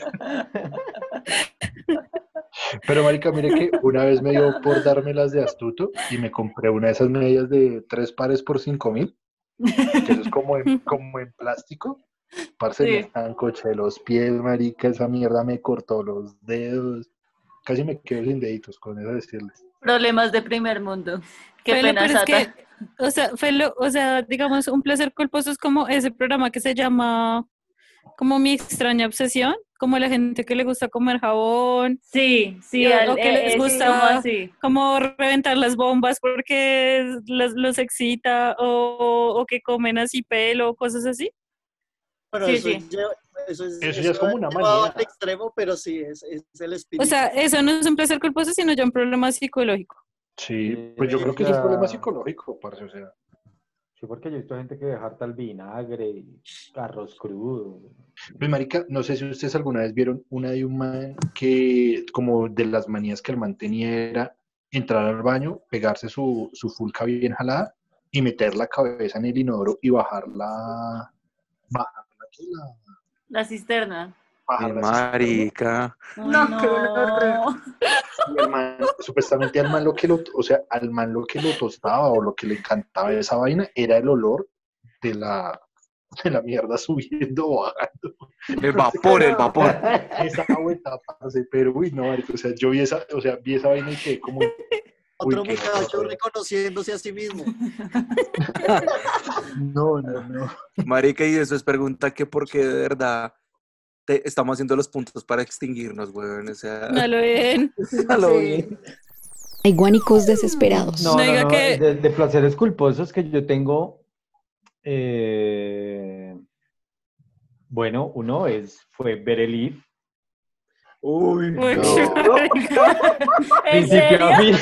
Pero marica, mire que una vez me dio por dármelas de astuto y me compré una de esas medias de 3 pares por 5.000, que eso es como en plástico. Parce, Sí. me estancoché los pies, marica, esa mierda me cortó los dedos. Casi me quedo sin deditos, con eso decirles. Problemas de primer mundo. Qué Felo, pena, pero es Sata. que, Felo, digamos, un placer culposo es como ese programa que se llama como Mi extraña obsesión, como la gente que le gusta comer jabón, Sí, o que les sí, gusta como así. como reventar las bombas porque los excita, o que comen así pelo, cosas así. Bueno, Sí, eso, sí. Eso ya es como una llevado manía. al extremo, pero sí, es el O espíritu. sea, eso no es un placer culposo, sino ya un problema psicológico. Sí, pues yo creo que eso es un problema psicológico, parce, o sea. Sí, porque yo he visto gente que deja harta el vinagre, arroz crudo. Pues marica, no sé si ustedes alguna vez vieron una de un man que, como de las manías que el man tenía era entrar al baño, pegarse su fulca bien jalada y meter la cabeza en el inodoro y bajarla La cisterna. Marica. No, qué olor. Y el man, supuestamente al man lo que lo tostaba o lo que le encantaba de esa vaina era el olor de la mierda subiendo o bajando. El vapor. Esa vuelta, parce, pero uy, no, marica, o sea, yo vi esa vaina y quedé como... Otro qué muchacho horror. reconociéndose a sí mismo. No. Marica, y eso es pregunta que porque de verdad estamos haciendo los puntos para extinguirnos, weón. O sea, No lo ven. a lo Sí. bien. Hay guánicos desesperados. No diga que- De placeres culposos que yo tengo, bueno, uno fue ver el IF. Uy, Uy, no. marica. ¿En Principio serio? a fin.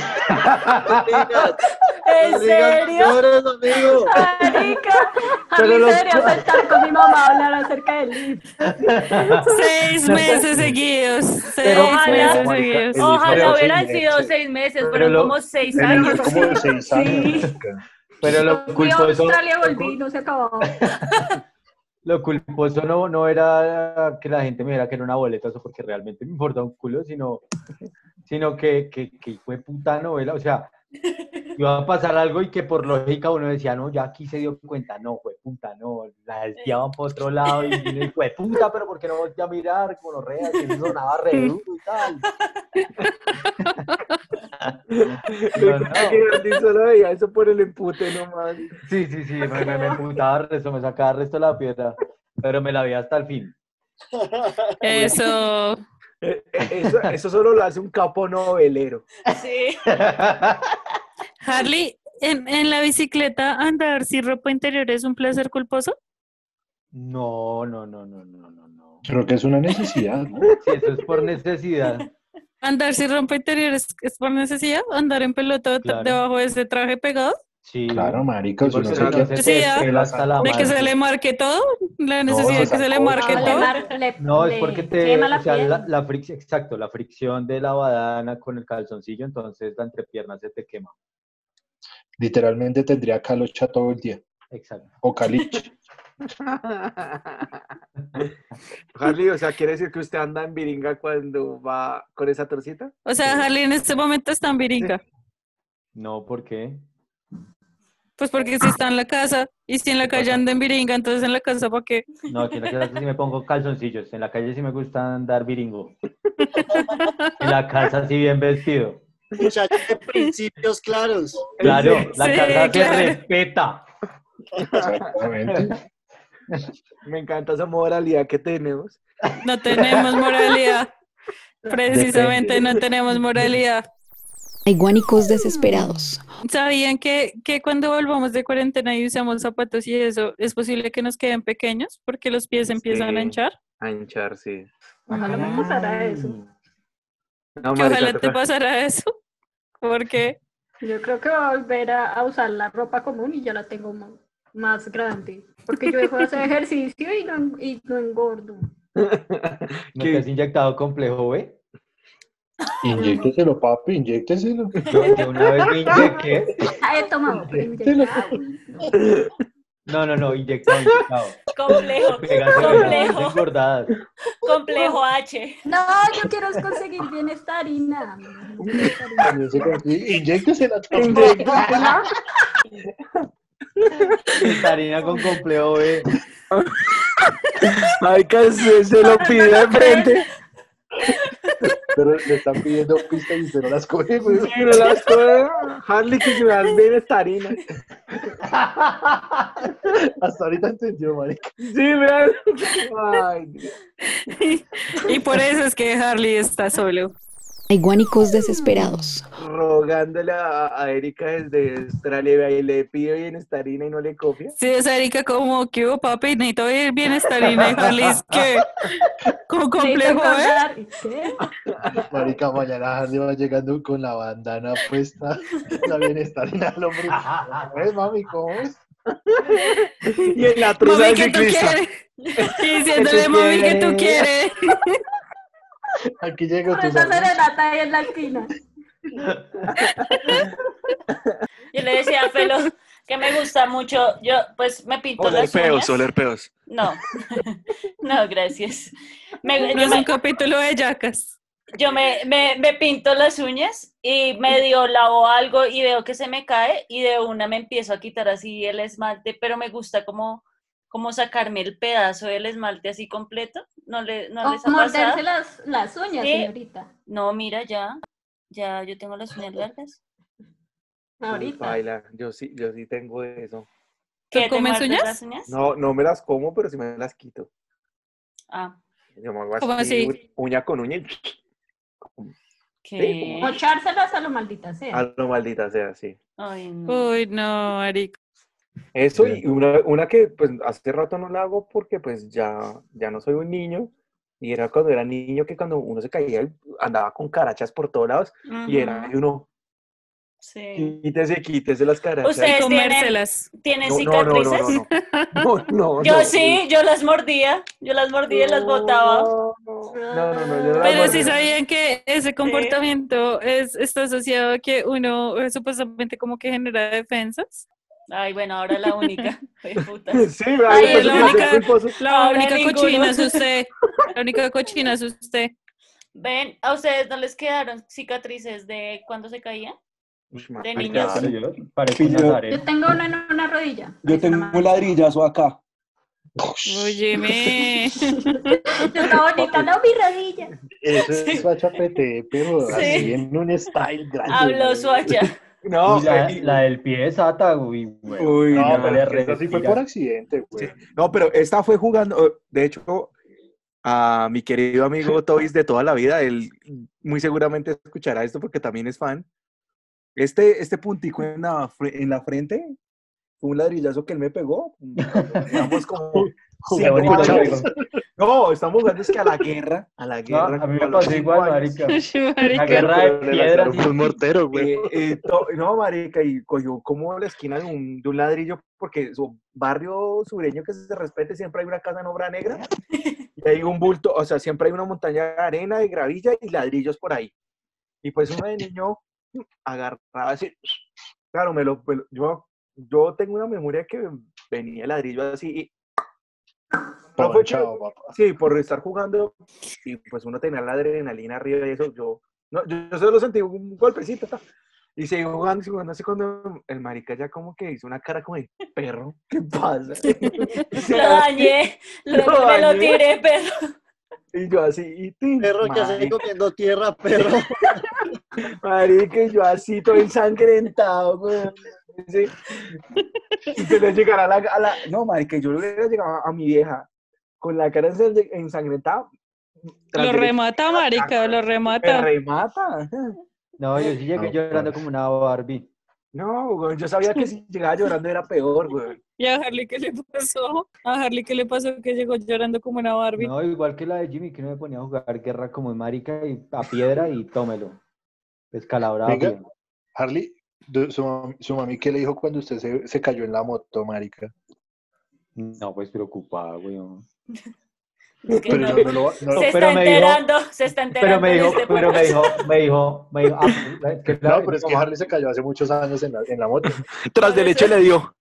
¿En serio? Llores, amigo. Marica. A Pero mí los- se debería sentar con mi mamá a hablar acerca del IF. 6 meses seguidos. 6 Ojalá. meses Marica, seguidos. el Ojalá IF hubieran fue sido 6 6 meses, Pero fueron lo- como 6 El años. IF como de 6 años. Sí. marica. Pero lo Fui a culposo, Australia, volví, no se acabó. lo culposo no era que la gente me dijera que era una boleta, eso porque realmente me importa un culo, sino que fue puta novela, o sea, iba a pasar algo y que por lógica uno decía, no, ya aquí se dio cuenta, no, fue puta, no, la desviaban por otro lado y fue puta, pero ¿por qué no volteé a mirar? Como rea, que eso sonaba re duro y tal. No. Solo veía eso por el empute nomás. Sí, me emputaba el resto, me sacaba el resto de la piedra, pero me la vi hasta el fin. Eso. Eso solo lo hace un capo novelero. Sí. Harley, ¿en la bicicleta andar sin ropa interior es un placer culposo? No. Creo que es una necesidad, ¿no? Sí, eso es por necesidad. Andar sin ropa interior es por necesidad, andar en pelota Claro. debajo de ese traje pegado, Sí. Claro, marica, Sí, si no porque sé si qué. no se Sí, te ya. pela hasta la de que se madre. le marque todo, la No, necesidad de eso que se le sancocho. marque No, todo. No, es porque te, quema la o sea, piel. la fricción, exacto, la fricción de la badana con el calzoncillo, entonces la entrepierna se te quema. Literalmente tendría calocha todo el día. Exacto. O caliche. Harley, o sea, ¿quiere decir que usted anda en viringa cuando va con esa torcita? O sea, Harley en este momento está en viringa. No, ¿por qué? Pues porque si está en la casa y si en la calle anda en viringa, entonces en la casa, ¿para qué? No, aquí en la casa sí me pongo calzoncillos. En la calle sí me gusta andar viringo. En la casa sí bien vestido. Muchachos de principios claros. Claro, la Sí, casa claro. se respeta. Exactamente. Me encanta esa moralidad que tenemos. No tenemos moralidad. Precisamente no tenemos moralidad. Hay guánicos desesperados. ¿Sabían que cuando volvamos de cuarentena y usamos zapatos y eso, es posible que nos queden pequeños porque los pies empiezan a Sí. hinchar? A hinchar, sí. Ojalá me pasara eso. No, Que marica, ojalá te toca- pasara eso. Porque Yo creo que voy a volver a usar la ropa común y ya la tengo más grande. Porque yo dejo de hacer ejercicio y no engordo. ¿No te has inyectado complejo B? Inyécteselo, papi, inyécteselo. Yo una vez me inyecté. Ah, he tomado, pero inyectado. No, inyectado. Complejo, Pegas complejo, engordadas. complejo H. No, yo quiero es conseguir bienestarina. También se consigue. Inyéctesela, Inyéctesela. Harina con complejo B. Marica, se lo pide de frente. Pero le están pidiendo pistas y usted no las coge, güey. Sí, no las coge. Harley, que se me dan bienestarina. Hasta ahorita entendió, marica. Sí, vean. Ay, Dios. y por eso es que Harley está solo. Hay guánicos desesperados. Rogándole a Erika desde Australia y le pide bienestarina y no le copia. Sí, es Erika como que hubo papi, necesito ir bienestarina y Harley es que con complejo, ¿eh? ¿Qué? Marica, mañana Harley va llegando con la bandana puesta, la bienestarina al hombre. ¿Ves, mami, cómo es? Y en la truza Mami, del que tú ciclista. quieres. Y diciéndole, mami, que tú quieres. Aquí llega Por tu esa serenata ahí en la esquina. Yo le decía a Felo que me gusta mucho, yo pues me pinto Oler las peos, uñas. oler peos. No, no, gracias. No es un capítulo de yacas. Yo me pinto las uñas y medio lavo algo y veo que se me cae y de una me empiezo a quitar así el esmalte, pero me gusta como sacarme el pedazo del esmalte así completo. ¿No les ha O morderse pasado? las uñas, Sí. señorita. No, mira, ya yo tengo las uñas largas. Ahorita. Baila, yo sí tengo eso. ¿Qué, ¿Tú te comes muerdes uñas? las uñas? No me las como, pero sí me las quito. Ah, Yo me hago ¿Cómo así? uña con uña y ¿qué? Mochárselas a lo maldita sea. a lo maldita sea, sí. Ay, no. Uy, no, Eric. Eso y una que pues hace rato no la hago porque pues ya no soy un niño y era cuando era niño que cuando uno se caía andaba con carachas por todos lados y era Ujú, uno sí. quítese las carachas. Y ¿Ustedes comérselas. tienen No, cicatrices? no. Yo sí, yo las mordía y las botaba. No, yo no las Pero sí mordía. sabían que ese comportamiento está asociado a que uno supuestamente como que genera defensas. Ay, bueno, ahora la única. Ay, puta. Sí, Ay, pues, la me hace única- culposo. La Ahora única ninguno. cochina es usted. La única cochina es usted. Ven, ¿a ustedes no les quedaron cicatrices de cuando se caían? Ush, De marica, niños. sí. Parece un Yo- Yo nazareno. tengo una en una rodilla. Yo tengo un ladrillazo acá. Óyeme. Está bonita, no, mi rodilla. Eso es FHPT, pero Sí. así en un style grande. Habló güey. Suacha. No, Uy, la del pie es ata, güey. Uy, No, no, pero eso sí fue respira. por accidente, güey. no, pero esta fue jugando, de hecho, a mi querido amigo Toys de toda la vida, él muy seguramente escuchará esto porque también es fan. Este puntico en la frente fue un ladrillazo que él me pegó. Éramos Sí, Qué bonito, como a la- amigo. No, estamos jugando es que a la guerra. A la No, guerra. a mí me como los pasó 5 igual, años. marica. La Marica. guerra de Pero le piedras. lanzaron un mortero, güey. No, marica, y cogió como la esquina de un ladrillo, porque su barrio sureño que se respete, siempre hay una casa en obra negra, y hay un bulto, o sea, siempre hay una montaña de arena, de gravilla y ladrillos por ahí. Y pues uno de niño agarraba así, claro, yo tengo una memoria que venía el ladrillo así, y no fue que- Ponchado, papá. sí, por estar jugando, y pues uno tenía la adrenalina arriba y eso, yo solo sentí un golpecito, ta, y seguí jugando, así cuando el marica ya como que hizo una cara como de perro, ¿qué pasa? Lo dañé, me lo dañé. tiré, perro. Y yo así, y tin, Perro que hace marica, comiendo tierra, perro. marica, y yo así todo ensangrentado, güey. Sí. Y que le llegara no, marica, yo le hubiera llegado a mi vieja con la cara ensangrentada. tras Lo del- remata, marica, lo Me remata. remata. No, yo sí llegué No, llorando pues. como una Barbie. No, güey, yo sabía que si llegaba llorando era peor, güey. ¿Y a Harley qué le pasó? ¿A Harley qué le pasó que llegó llorando como una Barbie? No, igual que la de Jimmy, que no me ponía a jugar guerra como en marica y a piedra y tómelo. Descalabrado Venga. bien. Harley, su mami, ¿qué le dijo cuando usted se cayó en la moto, marica? No, pues preocupada, weón. Es que Pero no, no lo- no- se pero está me dijo- enterando, se está Pero enterando me en dijo, este pero podcast. me dijo, es que No, pero es que Harley se cayó hace muchos años en la moto. Tras Por de leche eso- le dio.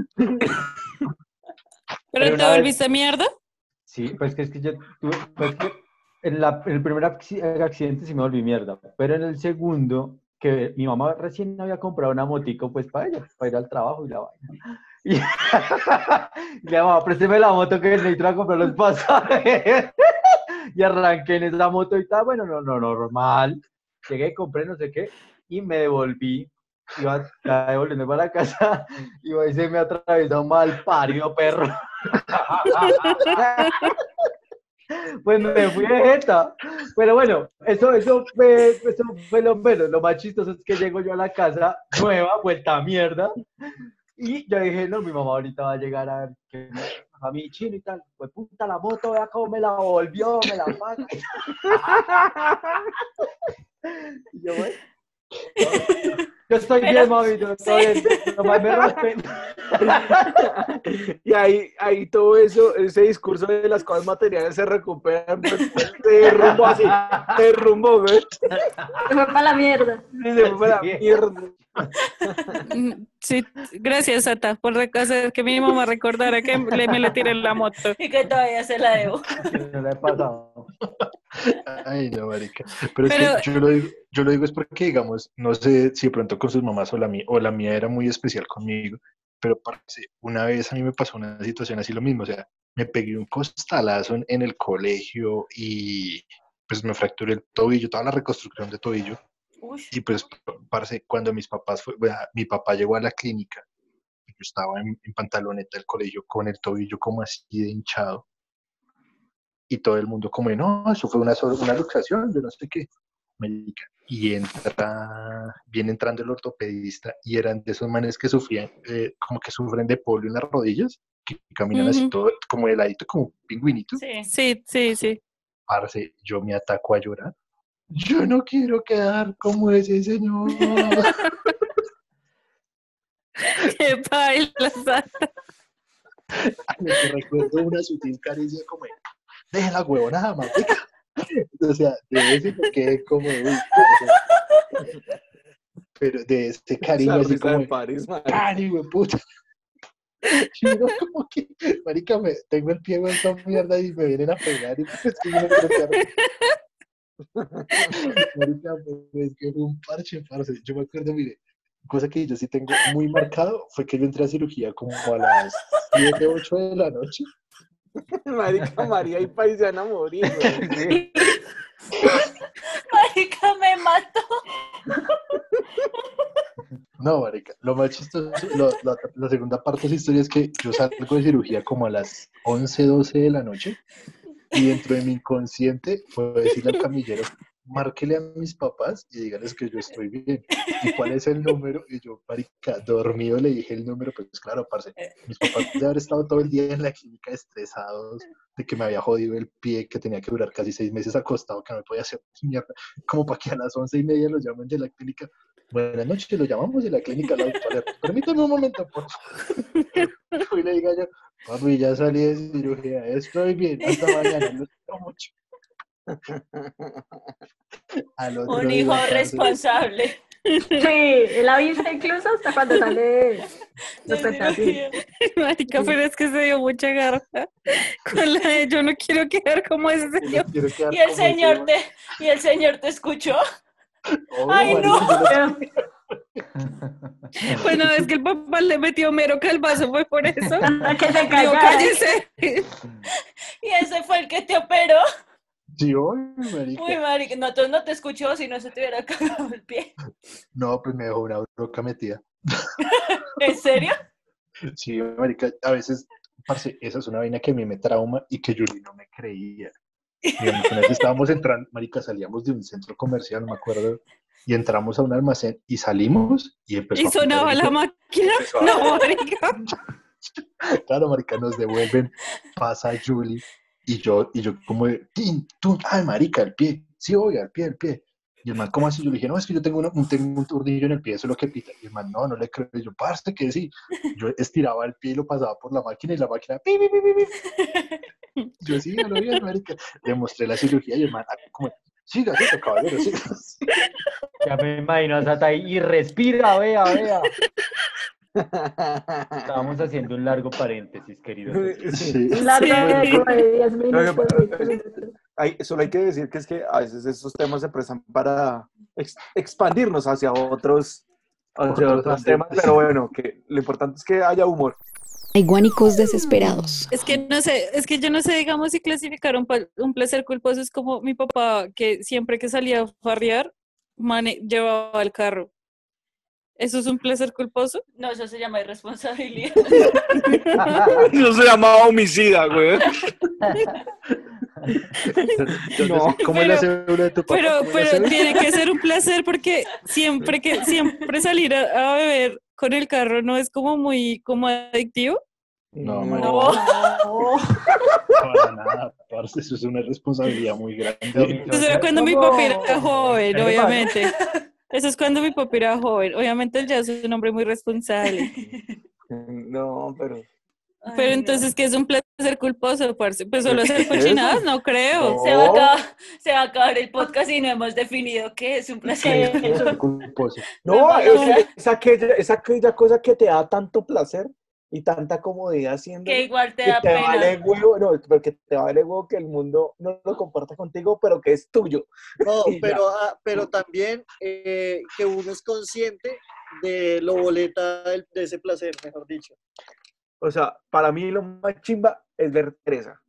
¿Pero te una vez- volviste mierda? Sí, pues que es que yo tuve, pues que en el primer accidente sí me volví mierda, pero en el segundo, que mi mamá recién había comprado una motico, pues para ella, para ir al trabajo y la vaina. Y, y le mamá, présteme la moto que necesito a comprar los pasajes. Y arranqué en esa moto y tal, bueno, no, normal. Llegué, compré no sé qué, y me devolví. Iba devolviendo para la casa, y se me atravesó un mal parido perro. Pues me fui de jeta. Pero bueno, eso fue lo menos. Lo más chistoso es que llego yo a la casa nueva, vuelta a mierda. Y yo dije, no, mi mamá ahorita va a llegar a ver que a mi chino y tal. Pues puta la moto, vea cómo me la volvió, me la paga. Y yo, bueno. Yo estoy Pero- bien, mami, yo estoy bien. Nomás me raspen. Y ahí todo eso, ese discurso de las cosas materiales se recuperan, pues, se derrumbó así, se derrumbó, güey. Se fue para la mierda. Y se fue a la Sí. mierda. Sí, gracias, Sata, por hacer que mi mamá recordara que me le tiré la moto. Y que todavía se la debo. No la he pasado. Ay, no, marica. Pero es Pero- que yo lo digo es porque, digamos, no sé si de pronto con sus mamás o la mía era muy especial conmigo, pero parce, una vez a mí me pasó una situación así lo mismo, o sea, me pegué un costalazo en el colegio y pues me fracturé el tobillo, toda la reconstrucción de tobillo, Uy, y pues, parce, cuando mi papá llegó a la clínica, yo estaba en pantaloneta del colegio con el tobillo como así de hinchado, y todo el mundo como, no, eso fue una luxación, yo no sé qué. Marica, y viene entrando el ortopedista y eran de esos manes que sufrían, como que sufren de polio en las rodillas, que caminan así Ujú. todo como de ladito, como un pingüinito. sí. Sí. Parce, yo me ataco a llorar. Yo no quiero quedar como ese señor. Qué baila, Sata. Me recuerdo una sutil caricia como, deja la huevonada, marica. O sea, de ese me quedé como, uy, pero de este cariño Esa así risa como, de París, marica. ¡ay, güey, puta! Y uno como que, marica, tengo el pie vuelto a mierda y me vienen a pegar y pues que yo no quiero quedar. Marica, pues es que fue un parche, parce. Yo me acuerdo, mire, cosa que yo sí tengo muy marcado fue que yo entré a cirugía como a las 7, 8 de la noche. Marica, María y País se van a morir, güey. Marica, me mató. No, marica, lo más chistoso, la segunda parte de esa historia es que yo salgo de cirugía como a las 11, 12 de la noche y dentro de mi inconsciente puedo decirle al camillero, márquele a mis papás y díganles que yo estoy bien. ¿Y cuál es el número? Y yo, marica, dormido le dije el número, pues claro, parce, mis papás de haber estado todo el día en la clínica estresados, de que me había jodido el pie, que tenía que durar casi 6 meses acostado, que no me podía hacer mierda, como para que a las 11:30 los llamen de la clínica. Buenas noches, lo llamamos de la clínica La Victoria. Permítame un momento, por favor. Y le diga yo, papi, ya salí de cirugía, estoy bien, hasta mañana, lo siento mucho. Al otro Un día, hijo parce, responsable. Sí, la viste incluso hasta cuando sale respetable. Marica, pero es que se dio mucha garra con la de yo no quiero quedar como ese yo señor. no quiero quedar Y el como señor ese te, y el señor te escuchó. man. Obvio, Ay, marica, no. yo Pues no, es que el papá le metió mero calvazo, fue por eso. Hasta que se Digo, callara. cállese. Y ese fue el que te operó. sí, obvio, marica. Uy, marica, no, entonces no te escuchó si no se te hubiera cagado el pie. No, pues me dejó una broca metida. ¿En serio? Sí, marica, a veces, parce, esa es una vaina que a mí me trauma y que Yuli no me creía. Digamos, una vez estábamos entrando, marica, salíamos de un centro comercial, no me acuerdo, y entramos a un almacén y salimos y empezó Y a pitar sonaba el la máquina. empezó a- No, marica. Claro, marica, nos devuelven, pasa Julie, y yo como de, tin, tun, ay, marica, el pie, sí, oiga, el pie. Y el man, ¿cómo así? Yo le dije, no, es que yo tengo un tornillo en el pie, eso es lo que pita. Y el man, no le creo. Y yo, parce, que sí. Yo estiraba el pie y lo pasaba por la máquina y la máquina, pi, pi, pi, pi, pi. Yo, sí, ya lo vi, marica. Le mostré la cirugía y el man, como, siga, caballero, siga. Ya me imagino a Sata ahí, y respira, vea. Estábamos haciendo un largo paréntesis, queridos. Sí. Largo de como de 10 minutos. Lo que- 20 minutos. Solo hay que decir que es que a veces estos temas se prestan para expandirnos hacia otros temas, pero bueno, que lo importante es que haya humor. Hay guánicos desesperados. Es que no sé, es que yo no sé, digamos, si clasificar un placer culposo es como mi papá, que siempre que salía a farrear, llevaba el carro. ¿Eso es un placer culposo? No, eso se llama irresponsabilidad. Eso se llamaba homicida, güey. No, ¿cómo es la cédula de tu papá? Pero ¿Cómo es la cédula? tiene que ser un placer porque siempre salir a beber con el carro no es como muy como adictivo. No, No. para nada, parce, eso es una responsabilidad muy grande. Eso era cuando mi papá era joven, obviamente. Eso es cuando mi papá era joven. Obviamente él ya es un hombre muy responsable. No, pero... Pero entonces, ¿qué es un placer culposo, parce? Pues solo hacer cochinadas, no creo. No. Se va a acabar el podcast y no hemos definido qué es un placer. Culposo. No, es aquella cosa que te da tanto placer y tanta comodidad haciendo Que igual te que da te pena. vale huevo, no, porque te vale huevo que el mundo no lo comparta contigo, pero que es tuyo. No, Y ya. pero también que uno es consciente de lo boleta de ese placer, mejor dicho. O sea, para mí lo más chimba es ver Teresa.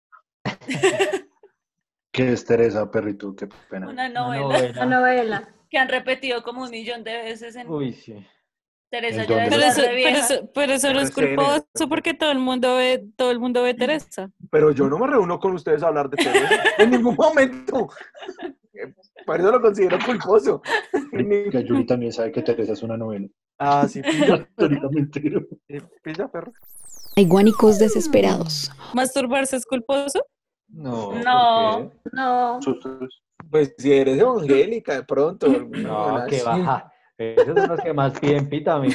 ¿Qué es Teresa, perrito? Qué pena. Una Una novela La novela. que han repetido como 1.000.000 de veces en Uy, sí. Teresa ¿En ya dónde? es re vieja. Pero eso no es RCN. culposo porque todo el mundo ve Teresa. Pero yo no me reúno con ustedes a hablar de Teresa en ningún momento. Por eso lo considero culposo. Marica, Yuri también sabe que Teresa es una novela. Ah, sí, pilla, Históricamente. pilla, perro. Hay guánicos desesperados. ¿Masturbarse es culposo? No. No. ¿por No. Sustos. Pues si eres evangélica, de pronto. qué? No, que baja. Esos son los que más piden pita, amigo.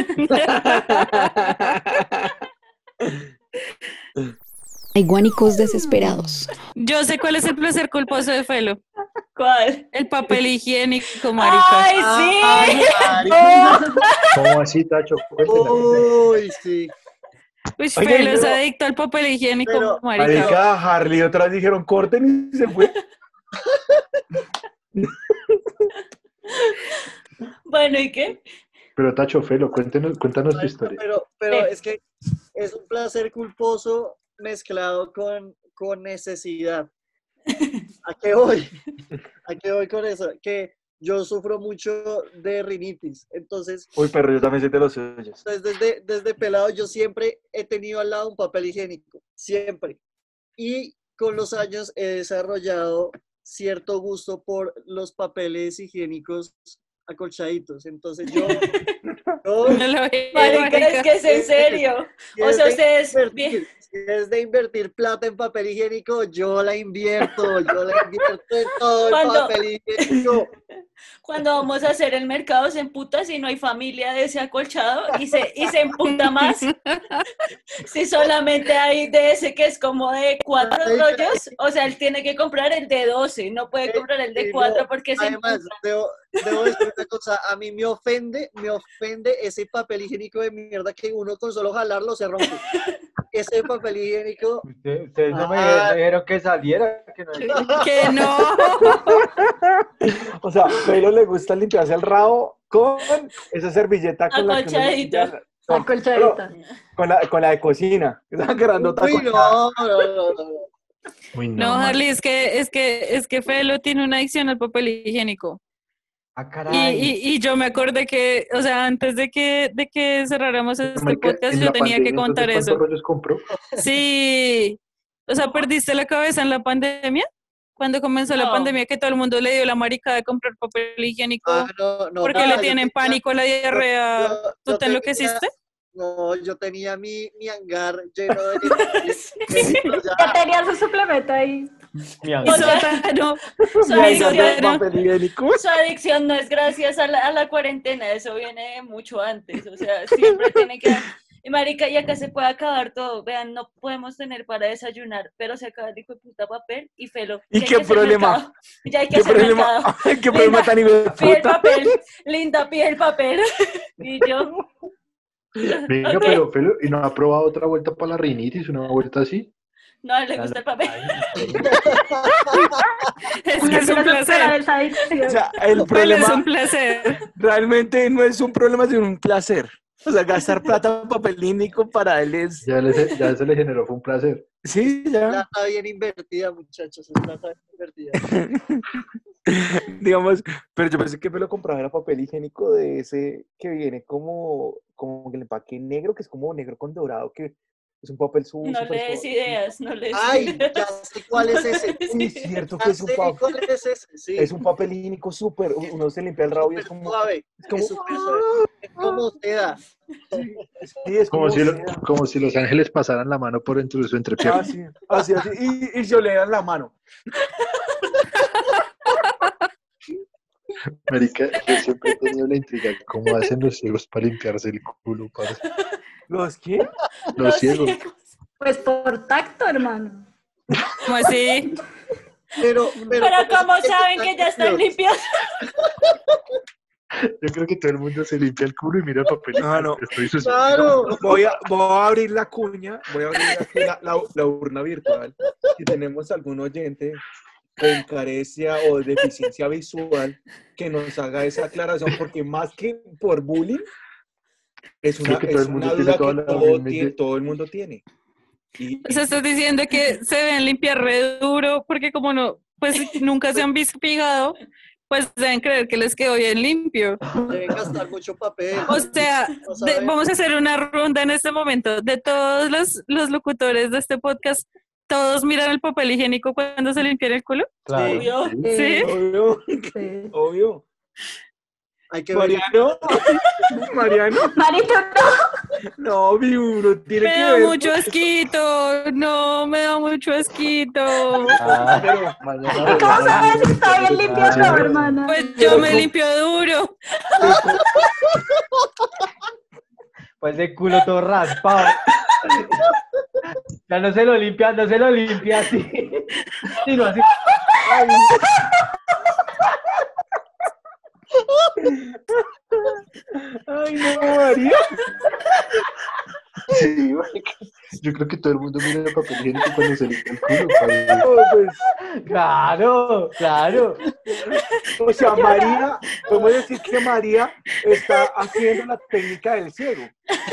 Hay guánicos desesperados. Yo sé cuál es el placer culposo de Felo. ¿Cuál? El papel higiénico, marica. ¡Ay, sí! ¿Cómo así, Tacho? Cuéntela. Uy, sí. Uy, Oye, Felo es pero- adicto al papel higiénico, pero- marica. Marica, Harley otra vez dijeron corten y se fue. Bueno, ¿y qué? Pero Tacho, Felo, cuéntanos tu historia. Pero es que es un placer culposo mezclado con necesidad. ¿A qué voy? ¿A qué voy con eso? Que yo sufro mucho de rinitis. Entonces, Uy, perro, yo también sé de los suyos. desde pelado yo siempre he tenido al lado un papel higiénico. Siempre. Y con los años he desarrollado cierto gusto por los papeles higiénicos acolchaditos. Entonces yo No lo vi, Marica, es que es en serio. si O es sea, de ustedes... invertir- si es de invertir plata en papel higiénico, yo la invierto en todo el Cuando- papel higiénico. Cuando vamos a hacer el mercado se emputa si no hay familia de ese acolchado y se emputa más si solamente hay de ese que es como de 4 Ay, rollos. O sea, él tiene que comprar el de 12, no puede comprar el de Sí, 4 no, porque se Además, emputa. debo decir una cosa, a mí me ofende ese papel higiénico de mierda que uno con solo jalarlo se rompe. Ese papel higiénico, Ustedes no me Ah. dijeron que saliera, que no Que no. O sea, a Felo le gusta limpiarse el rabo con esa servilleta con la que uno Acolchadita. limpia- no, Acolchadita. con la de cocina. Esa grandota uy, acolchada. no. Uy, No, man. Harley, es que Felo tiene una adicción al papel higiénico. Ah, Y, caray. y yo me acordé que, o sea, antes de que cerráramos este Marica, podcast, en yo la tenía que pandemia, contar entonces, eso. ¿cuántos rollos compró? Sí. O sea, ¿perdiste la cabeza en la pandemia? Cuando comenzó la No. pandemia, que todo el mundo le dio la marica de comprar papel higiénico No, porque papá, le yo tienen tenía- pánico a la diarrea. yo- ¿Tú yo te enloqueciste? No, yo tenía mi hangar lleno de... Ya tenía su suplemento ahí. Mi Y amigo. sótano. Su Y ahí adicción, sale el papel higiénico. su adicción no es gracias a la cuarentena, eso viene mucho antes. O sea, siempre tiene que... Y marica, y acá se puede acabar todo. Vean, no podemos tener para desayunar, pero se acaba el hijo de puta papel y Felo. ¿Y ya hay qué que hacer problema? mercado. Ya hay que ¿Qué hacer problema? mercado. ¿Qué problema tan hijo de Pide el puta? papel. Linda, pide el papel. Y yo, Venga, Ok. pero Felo, ¿y no ha probado otra vuelta para la rinitis? ¿Una vuelta así? no le gusta el papel. Es que es un Quiero superar placer. esa adicción. O sea, el Felo es problema un placer. realmente no es un problema, sino un placer. O sea, gastar plata en papel higiénico para él es... Ya se le generó, fue un placer. Sí, ya. Plata bien invertida, muchachos, es plata bien invertida. Digamos, pero yo pensé que me lo compraba era papel higiénico de ese que viene como el empaque negro, que es como negro con dorado, que es un papel sucio. No le pero des suave. ideas, no le des Ay, ideas. ya sé cuál es ese. Uy, cierto que Ya es un sé papel. cuál es ese, sí. Es un papel higiénico súper, uno se limpia el rabo y es Súper como... suave. Es como... Es súper suave. Es como seda. Sí, es como... seda. Como si los ángeles pasaran la mano por entre su entrepierna. Así, y se olean la mano. Marica, yo siempre he tenido la intriga. ¿Cómo hacen los ciegos para limpiarse el culo, parce? ¿Los qué? Los ciegos. Pues por tacto, hermano. ¿Cómo así? Pero ¿cómo saben que ya están limpios? Yo creo que todo el mundo se limpia el culo y mira el papel. Ah, no. Estoy sucio. Claro. Voy a abrir la cuña, voy a abrir aquí la urna virtual. Si tenemos algún oyente con carencia o deficiencia visual que nos haga esa aclaración, porque más que por bullying, es Creo una, que todo es el mundo una tiene duda toda que la todo, misma todo el mundo tiene. Y, O sea, estás diciendo que se ven limpiar re duro porque como no, pues nunca se han visto pigado, pues deben creer que les quedó bien limpio. Deben gastar mucho papel. O sea, No saben. vamos a hacer una ronda en este momento. De todos los locutores de este podcast, ¿todos miran el papel higiénico cuando se limpian el culo? Claro. Obvio. ¿Sí? obvio, Sí. obvio. Hay que ver. Mariano, Marito, no, mi uno tiene Me que da ver. mucho asquito. No, me da mucho asquito. Ah, Pero, Mañana ¿cómo sabes si está bien limpio, Sí. no, hermana? Pues yo me limpio duro. pues de culo todo raspado. Ya no se lo limpia así. Sino así. ay, no, María. Sí, marica. Yo creo que todo el mundo mira el papel higiénico cuando se limpia el culo, parce. No, pues, Claro, claro. o sea, María, podemos decir que María está haciendo la técnica del ciego.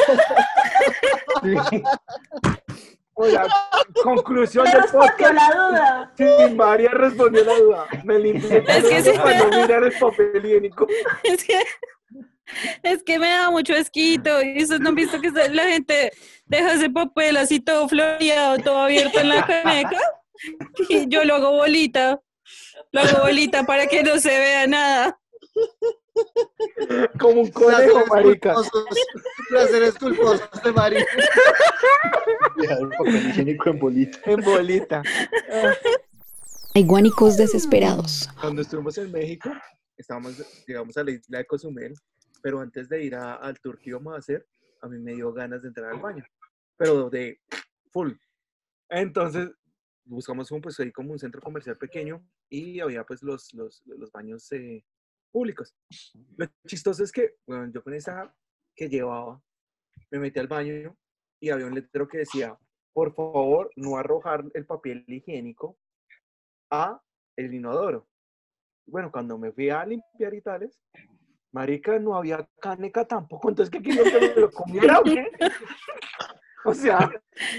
Sí. O sea, conclusión Me del respondió podcast. la duda. Sí, María respondió la duda. Me limpié Es que sí. para no mirar el papel higiénico. Es que me da mucho asquito. Y ustedes no han visto que la gente deja ese papel así todo floreado, todo abierto en la caneca. Y yo lo hago bolita. Lo hago bolita para que no se vea nada. Como un conejo, marica. Placeres culposos de Mari. Dejar el papel higiénico en bolita. En bolita. Hay guánicos desesperados. Cuando estuvimos en México, llegamos a la isla de Cozumel, pero antes de ir al tour que íbamos a hacer, a mí me dio ganas de entrar al baño, pero de full. Entonces, buscamos pues, ahí como un centro comercial pequeño y había pues los baños públicos. Lo chistoso es que, bueno, yo con esa que llevaba, me metí al baño y había un letrero que decía, por favor, no arrojar el papel higiénico a el inodoro. Bueno, cuando me fui a limpiar y tales, marica, no había caneca tampoco, entonces ¿qué querían que me lo comiera o qué? O sea,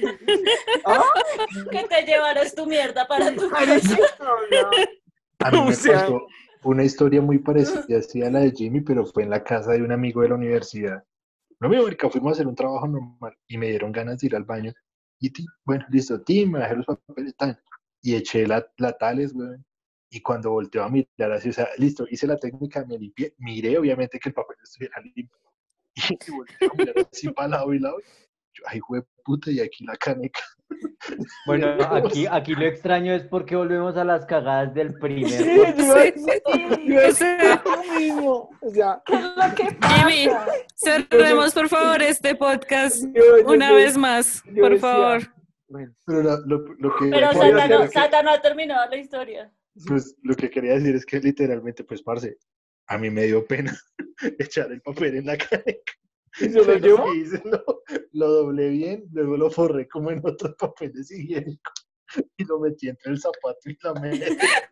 Que te llevaras tu mierda para tu casa. A mí O me sea- pasó una historia muy parecida así a la de Jimmy, pero fue en la casa de un amigo de la universidad. No, mi marica, fuimos a hacer un trabajo normal y me dieron ganas de ir al baño. Y bueno, listo, me bajé los papeles, tan. Y eché la tales, weón. Y cuando volteó a mirar así, o sea, listo, hice la técnica, me limpié, miré obviamente que el papel estuviera limpio. Y volteé a mirar así para lado y lado. Yo, ay, puta, y aquí la caneca. Bueno, aquí lo extraño es porque volvemos a las cagadas del primer Sí, podcast. yo decía lo mismo. O sea, ¿Qué es lo que pasa? Jimmy, cerremos por favor este podcast yo una sé, vez más, yo por decía, favor. bueno, Pero lo que Pero Voy a Sata hacer no, que- Sata no ha terminado la historia. pues, lo que quería decir es que literalmente, pues, parce, a mí me dio pena echar el papel en la caneca. ¿y se lo Pero llevó? que hice, lo doblé bien, luego lo forré como en otros papeles higiénicos y lo metí entre el zapato y la mesa.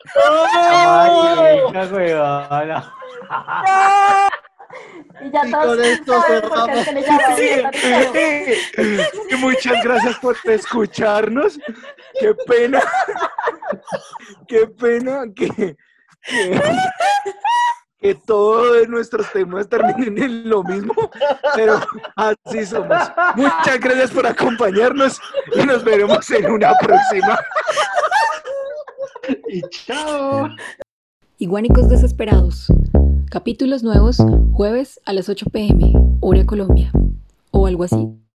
Ay, hija, huevona. Y ya Y todos con esto saben por qué cerramos. se le llama boleta Teo. Y muchas gracias por escucharnos. Qué pena. Qué pena que todos nuestros temas terminen en lo mismo, pero así somos. Muchas gracias por acompañarnos y nos veremos en una próxima. Y chao. Y guánicos desesperados. Capítulos nuevos jueves a las 8 p.m. hora Colombia. O algo así.